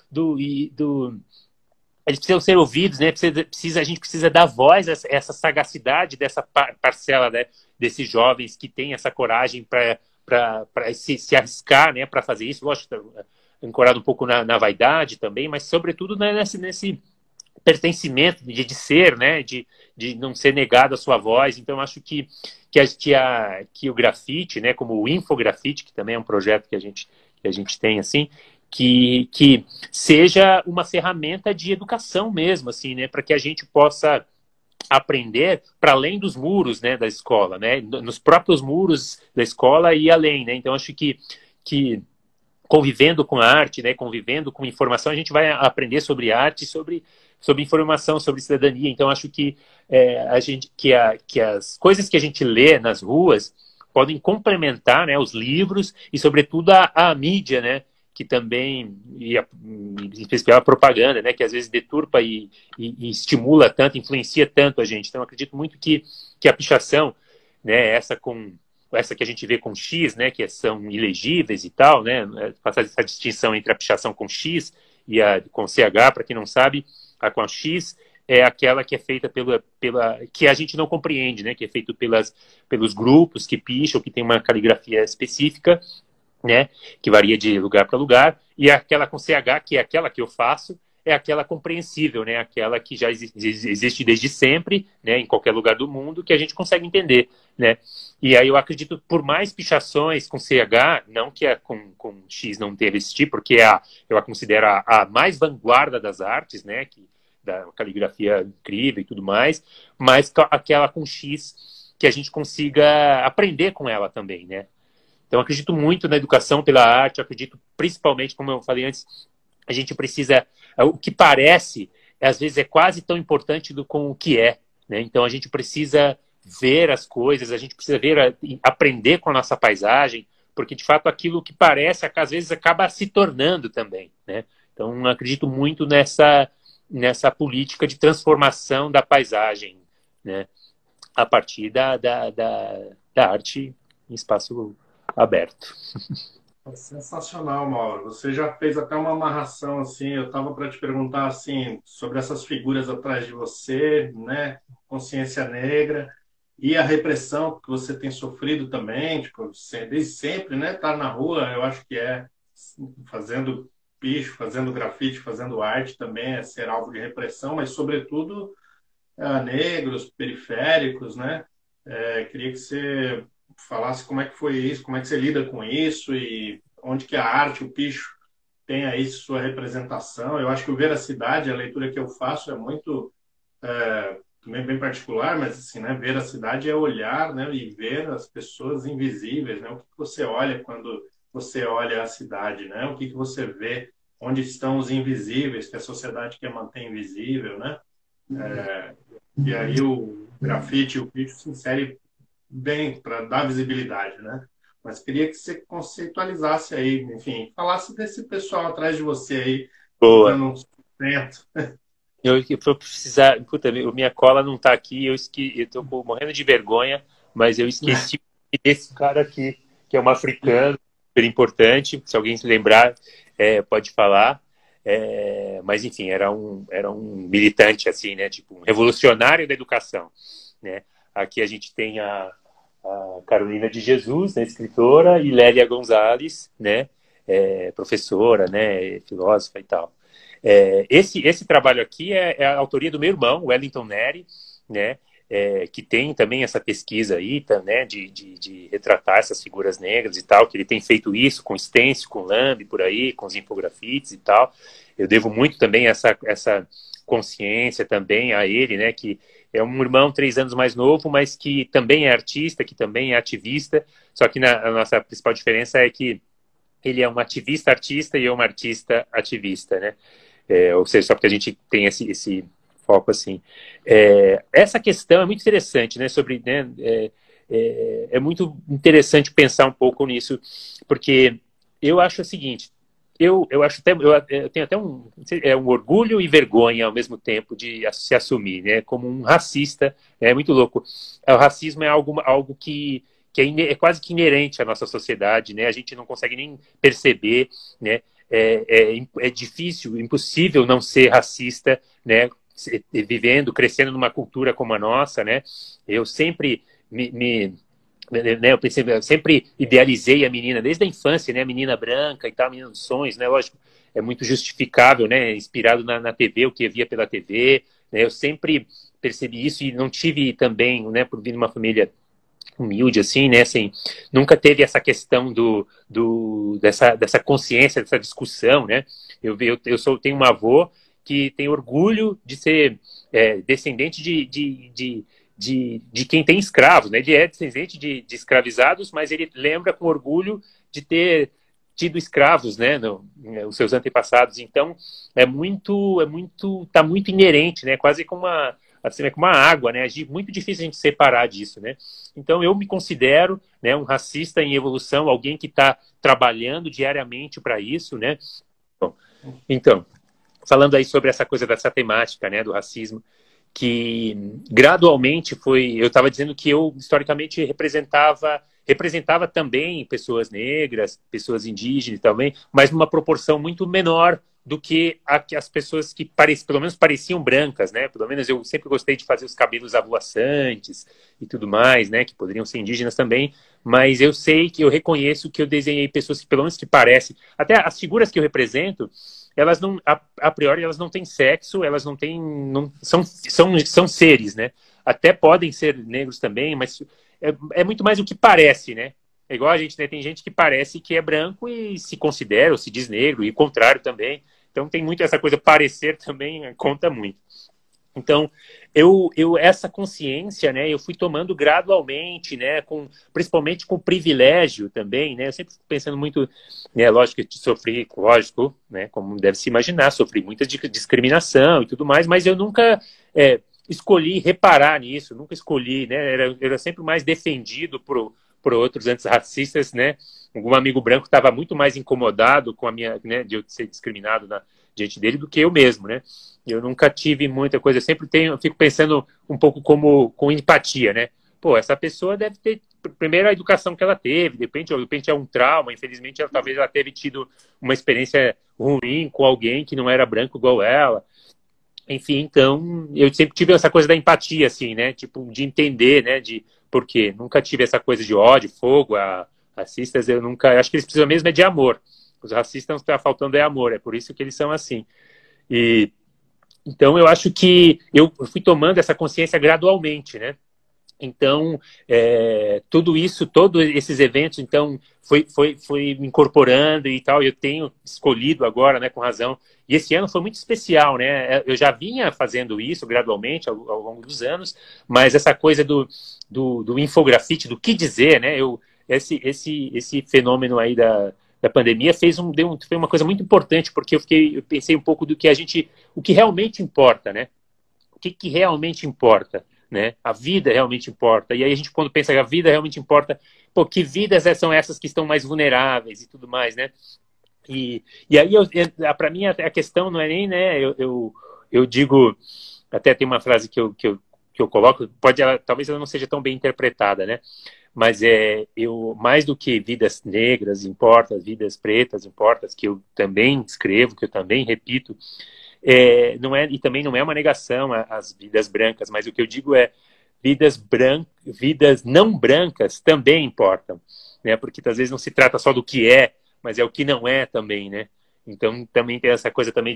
eles precisam ser ouvidos, né? A gente precisa dar voz a essa sagacidade dessa parcela, né? Desses jovens que têm essa coragem para se arriscar, né? Para fazer isso. Lógico, ancorado um pouco na vaidade também, mas sobretudo, né, nesse pertencimento de ser, né, de não ser negado a sua voz. Então acho que o grafite, né, como o infografite, que também é um projeto que a gente tem assim, que seja uma ferramenta de educação mesmo, assim, né, para que a gente possa aprender para além dos muros, né, da escola, né, nos próprios muros da escola e além, né. Então acho que convivendo com a arte, né, convivendo com informação, a gente vai aprender sobre arte, sobre informação, sobre cidadania. Então, acho que as coisas que a gente lê nas ruas podem complementar, né, os livros e, sobretudo, a mídia, né, que também, em especial a propaganda, né, que às vezes deturpa e estimula tanto, influencia tanto a gente. Então, acredito muito que a pichação, né, essa que a gente vê com X, né, que são ilegíveis e tal, né, fazer essa distinção entre a pichação com X e a com CH, para quem não sabe, a com a X é aquela que é feita que a gente não compreende, né, que é feito pelos grupos que picham, que tem uma caligrafia específica, né, que varia de lugar para lugar, e aquela com CH, que é aquela que eu faço, é aquela compreensível, né? Aquela que já existe desde sempre, né? Em qualquer lugar do mundo, que a gente consegue entender, né? E aí eu acredito, por mais pichações com CH, não que a com X não deve existir, porque eu a considero a mais vanguarda das artes, né? Da caligrafia incrível e tudo mais, mas aquela com X que a gente consiga aprender com ela também, né? Então, acredito muito na educação pela arte, acredito principalmente, como eu falei antes, a gente precisa... O que parece, às vezes, é quase tão importante com o que é, né? Então, a gente precisa ver as coisas, a gente precisa aprender com a nossa paisagem, porque, de fato, aquilo que parece, às vezes, acaba se tornando também, né? Então, acredito muito nessa política de transformação da paisagem, né? A partir da arte em espaço aberto. Sensacional, Mauro. Você já fez até uma amarração assim. Eu estava para te perguntar assim sobre essas figuras atrás de você, né? Consciência negra e a repressão que você tem sofrido também, tipo, desde sempre, né? Estar na rua, eu acho que fazendo picho, fazendo grafite, fazendo arte também é ser alvo de repressão, mas sobretudo negros, periféricos, né? Queria que você falasse como é que foi isso, como é que você lida com isso e onde que a arte, o picho, tem aí sua representação. Eu acho que o Veracidade, a leitura que eu faço é muito, também bem particular, mas assim, né, Veracidade é olhar, né, e ver as pessoas invisíveis, né? O que você olha quando você olha a cidade, né? O que você vê, onde estão os invisíveis, que a sociedade quer manter invisível, né? E aí grafite, o vídeo se insere bem para dar visibilidade, né? Mas queria que você conceitualizasse aí, enfim, falasse desse pessoal atrás de você aí, Boa. dando um sustento. Eu vou precisar. Puta, minha cola não tá aqui, eu tô morrendo de vergonha, mas eu esqueci desse cara aqui, que é um africano, super importante. Se alguém se lembrar, pode falar. Mas, enfim, era um militante, assim, né? Tipo, um revolucionário da educação, né? Aqui a gente tem a Carolina de Jesus, né, escritora, e Lélia Gonzalez, né? Professora, né? Filósofa e tal. Esse trabalho aqui é a autoria do meu irmão, Wellington Neri, né? Que tem também essa pesquisa aí, né, de retratar essas figuras negras e tal, que ele tem feito isso com stencil, com lambe, por aí, com os infografites e tal. Eu devo muito também essa consciência também a ele, né, que é um irmão 3 anos mais novo, mas que também é artista, que também é ativista, só que a nossa principal diferença é que ele é um ativista artista e eu um artista ativista, né? Ou seja, só porque a gente tem esse foco assim. Essa questão é muito interessante, né? Sobre, né? É muito interessante pensar um pouco nisso, porque eu acho o seguinte. Eu acho até eu tenho até um orgulho e vergonha ao mesmo tempo de se assumir, né? Como um racista. É muito louco. O racismo é algo que é quase que inerente à nossa sociedade, né? A gente não consegue nem perceber, né? É difícil, impossível não ser racista, né? Vivendo, crescendo numa cultura como a nossa, né? Eu sempre eu sempre idealizei a menina desde a infância, né? A menina branca e tal, a menina dos sonhos, né? Lógico, é muito justificável, né? Inspirado na TV, o que eu via pela TV, né? Eu sempre percebi isso e não tive também, né? Por vir de uma família humilde, assim, né? Assim, nunca teve essa questão dessa consciência, dessa discussão, né? Eu tenho um avô que tem orgulho de ser descendente de quem tem escravos, né? Ele é descendente de escravizados, mas ele lembra com orgulho de ter tido escravos, né? Os seus antepassados. Então, tá muito inerente, né? Quase como assim, é como uma água, né? É muito difícil a gente separar disso, né? Então, eu me considero, né, um racista em evolução, alguém que está trabalhando diariamente para isso, né? Bom, então, falando aí sobre essa coisa dessa temática, né, do racismo, que gradualmente eu estava dizendo que eu, historicamente, representava também pessoas negras, pessoas indígenas também, mas numa proporção muito menor do que as pessoas que pelo menos pareciam brancas, né? Pelo menos eu sempre gostei de fazer os cabelos avoaçantes e tudo mais, né? Que poderiam ser indígenas também, mas eu sei que eu reconheço que eu desenhei pessoas que pelo menos que parecem, até as figuras que eu represento, elas não, a priori, elas não têm sexo, elas não têm, são seres, né? Até podem ser negros também, mas é muito mais o que parece, né? É igual a gente, né? Tem gente que parece que é branco e se considera ou se diz negro, e o contrário também. Então tem muito essa coisa, parecer também conta muito. Então, essa consciência, né, eu fui tomando gradualmente, né, principalmente com privilégio também, né, eu sempre fico pensando muito, né, lógico que sofri, lógico, né, como deve se imaginar, sofri muita discriminação e tudo mais, mas eu nunca escolhi reparar nisso, nunca escolhi, né, era sempre mais defendido por outros antirracistas, né, algum amigo branco estava muito mais incomodado com a minha, né, de eu ser discriminado diante dele do que eu mesmo, né? Eu nunca tive muita coisa, eu fico pensando um pouco com empatia, né? Pô, essa pessoa deve ter, primeiro, a educação que ela teve, de repente é um trauma, infelizmente, talvez ela teve tido uma experiência ruim com alguém que não era branco igual ela. Enfim, então, eu sempre tive essa coisa da empatia, assim, né? Tipo, de entender, né? De por quê? Nunca tive essa coisa de ódio, fogo, racistas, eu nunca... Acho que eles precisam mesmo de amor. Os racistas não está faltando amor, é por isso que eles são assim. Então, eu acho que eu fui tomando essa consciência gradualmente, né? Então, tudo isso, todos esses eventos, então, foi me incorporando e tal. Eu tenho escolhido agora, né, com razão. E esse ano foi muito especial, né? Eu já vinha fazendo isso gradualmente ao longo dos anos, mas essa coisa do infografite, do que dizer, né? Esse fenômeno aí da pandemia foi uma coisa muito importante, porque eu pensei um pouco do que o que realmente importa, né? O que realmente importa, né? A vida realmente importa. E aí a gente, quando pensa que a vida realmente importa, pô, que vidas são essas que estão mais vulneráveis e tudo mais, né? E aí, para mim, a questão não é nem, né? Eu digo, até tem uma frase que eu coloco, talvez ela não seja tão bem interpretada, né? Mas mais do que vidas negras importa, vidas pretas importa, que eu também escrevo, que eu também repito, não é, e também não é uma negação às vidas brancas, mas o que eu digo é vidas não brancas também importam, né? Porque às vezes não se trata só do que é, mas é o que não é também, né? Então também tem essa coisa também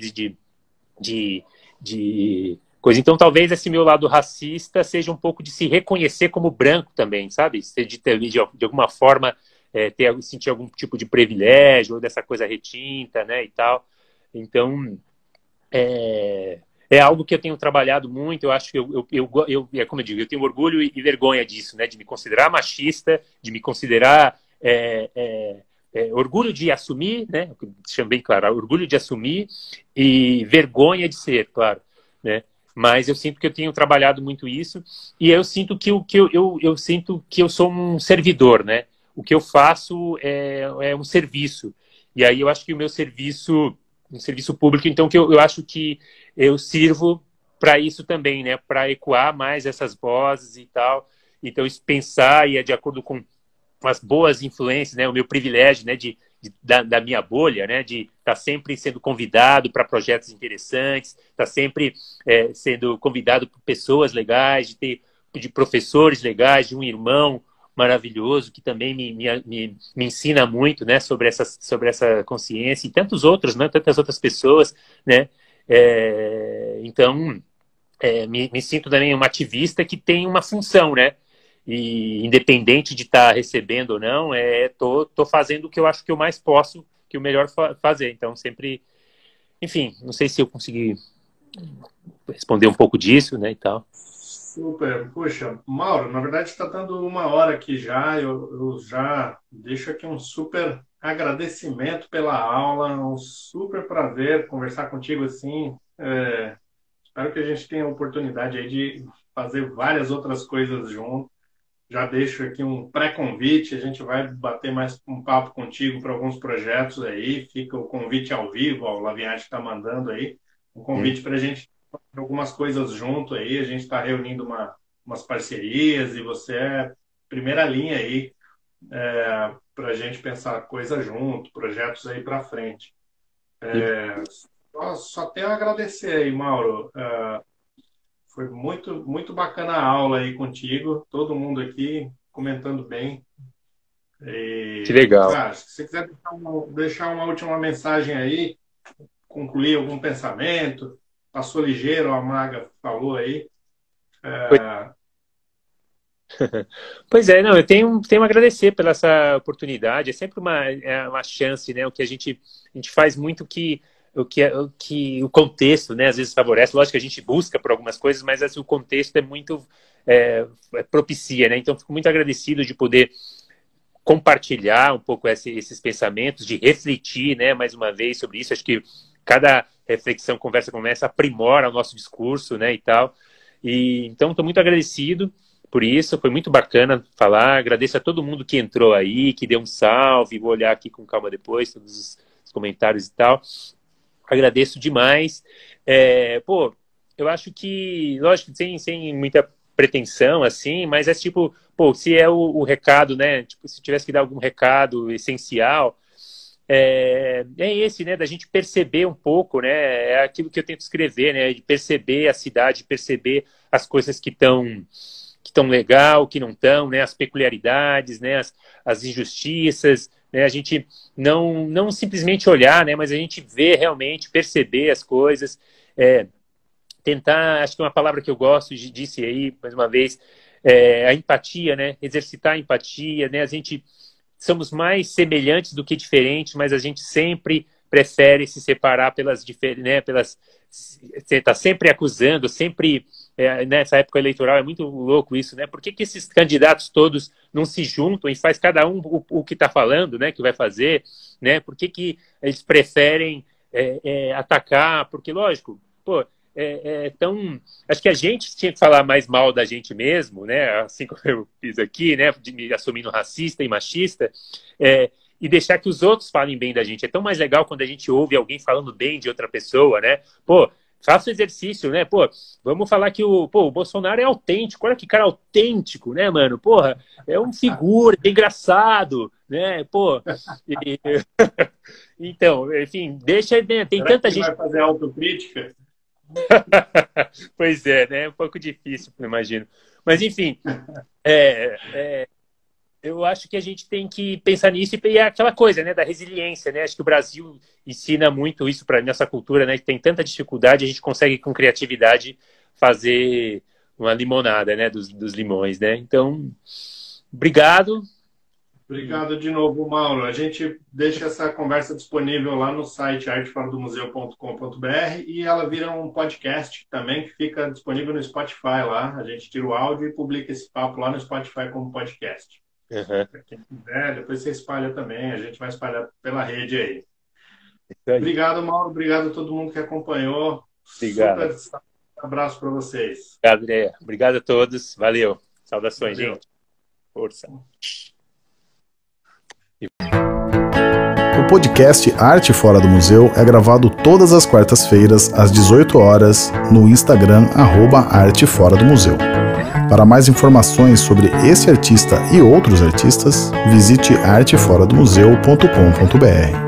de coisa. Então talvez esse meu lado racista seja um pouco de se reconhecer como branco também, sabe? De alguma forma sentir algum tipo de privilégio ou dessa coisa retinta, né, e tal. Então é algo que eu tenho trabalhado muito. Eu acho que como eu digo, eu tenho orgulho e vergonha disso, né? De me considerar machista, de me considerar orgulho de assumir, né? Deixando bem claro, orgulho de assumir e vergonha de ser, claro, né? Mas eu sinto que eu tenho trabalhado muito isso e eu sinto que eu sinto que eu sou um servidor, né? O que eu faço é um serviço. E aí eu acho que o meu serviço, um serviço público, então que eu acho que eu sirvo para isso também, né? Para ecoar mais essas vozes e tal. Então, pensar e é de acordo com as boas influências, né? O meu privilégio, né? Da minha bolha, né? De estar sempre sendo convidado para projetos interessantes, estar sempre sendo convidado por pessoas legais, de professores legais, de um irmão maravilhoso que também me ensina muito, né? Sobre essa consciência e tantos outros, né? Tantas outras pessoas, né? Então, me sinto também uma ativista que tem uma função, né? E independente de estar recebendo ou não, tô fazendo o que eu acho que eu mais posso, que o melhor fazer. Então, sempre... Enfim, não sei se eu consegui responder um pouco disso, né, e tal. Super. Puxa, Mauro, na verdade está dando 1 hora aqui já. Eu já deixo aqui um super agradecimento pela aula, um super prazer conversar contigo assim. Espero que a gente tenha a oportunidade aí de fazer várias outras coisas junto. Já deixo aqui um pré-convite, a gente vai bater mais um papo contigo para alguns projetos aí. Fica o convite ao vivo, o Laviati está mandando aí, um convite para a gente fazer algumas coisas junto aí. A gente está reunindo umas parcerias e você é primeira linha aí para a gente pensar coisa junto, projetos aí para frente. Só tenho a agradecer aí, Mauro. Foi muito, muito bacana a aula aí contigo, todo mundo aqui comentando bem. Que legal. Se você quiser deixar uma última mensagem aí, concluir algum pensamento, passou ligeiro, a Maga falou aí. Pois não, eu tenho a agradecer pela essa oportunidade, é sempre uma chance, né? O que a gente faz muito que o contexto, né, às vezes favorece. Lógico que a gente busca por algumas coisas, mas assim, o contexto é muito propicia, né? Então, fico muito agradecido de poder compartilhar um pouco esses pensamentos, de refletir, né, mais uma vez sobre isso. Acho que cada reflexão, conversa aprimora o nosso discurso, né, e tal. E então, estou muito agradecido por isso, foi muito bacana falar. Agradeço a todo mundo que entrou aí, que deu um salve. Vou olhar aqui com calma depois, todos os comentários e tal. Agradeço demais. Eu acho que, lógico, sem muita pretensão, assim, mas é tipo, se é o recado, né? Tipo, se tivesse que dar algum recado essencial, é esse, né? Da gente perceber um pouco, né? É aquilo que eu tento escrever, né? De perceber a cidade, perceber as coisas que estão legal, que não estão, né? As peculiaridades, né? As injustiças, né? A gente não simplesmente olhar, né? Mas a gente ver realmente, perceber as coisas, tentar, acho que uma palavra que eu gosto, disse aí, mais uma vez, a empatia, né? Exercitar a empatia, né? A gente somos mais semelhantes do que diferentes, mas a gente sempre prefere se separar você está sempre acusando, sempre nessa época eleitoral é muito louco isso, né? Por que esses candidatos todos não se juntam e faz cada um o que está falando, né? Que vai fazer, né? Por que eles preferem atacar? Porque, lógico, tão... Acho que a gente tinha que falar mais mal da gente mesmo, né? Assim como eu fiz aqui, né? De me assumindo racista e machista, e deixar que os outros falem bem da gente. É tão mais legal quando a gente ouve alguém falando bem de outra pessoa, né? Pô, faça o exercício, né? Pô, vamos falar que o Bolsonaro é autêntico. Olha que cara autêntico, né, mano? Porra, é um figura, é engraçado, né? Pô, então, enfim, deixa... Né? Tem tanta gente... vai fazer autocrítica? Pois é, né? É um pouco difícil, eu imagino. Mas, enfim, eu acho que a gente tem que pensar nisso e é aquela coisa, né, da resiliência, né? Acho que o Brasil ensina muito isso para nossa cultura, né? Que tem tanta dificuldade, a gente consegue, com criatividade, fazer uma limonada, né? Dos limões, né? Então, obrigado. Obrigado de novo, Mauro. A gente deixa essa conversa disponível lá no site arteforadomuseu.com.br e ela vira um podcast também que fica disponível no Spotify lá. A gente tira o áudio e publica esse papo lá no Spotify como podcast. Uhum. Para quem quiser, depois você espalha também. A gente vai espalhar pela rede aí. Aí. Obrigado, Mauro. Obrigado a todo mundo que acompanhou. Obrigado. Super abraço para vocês. Obrigado, André. Obrigado a todos. Valeu. Saudações, Valeu. gente. Força. O podcast Arte Fora do Museu é gravado todas as quartas-feiras, às 18 horas, no Instagram, @Arte Fora do Museu. Para mais informações sobre esse artista e outros artistas, visite arteforadomuseu.com.br.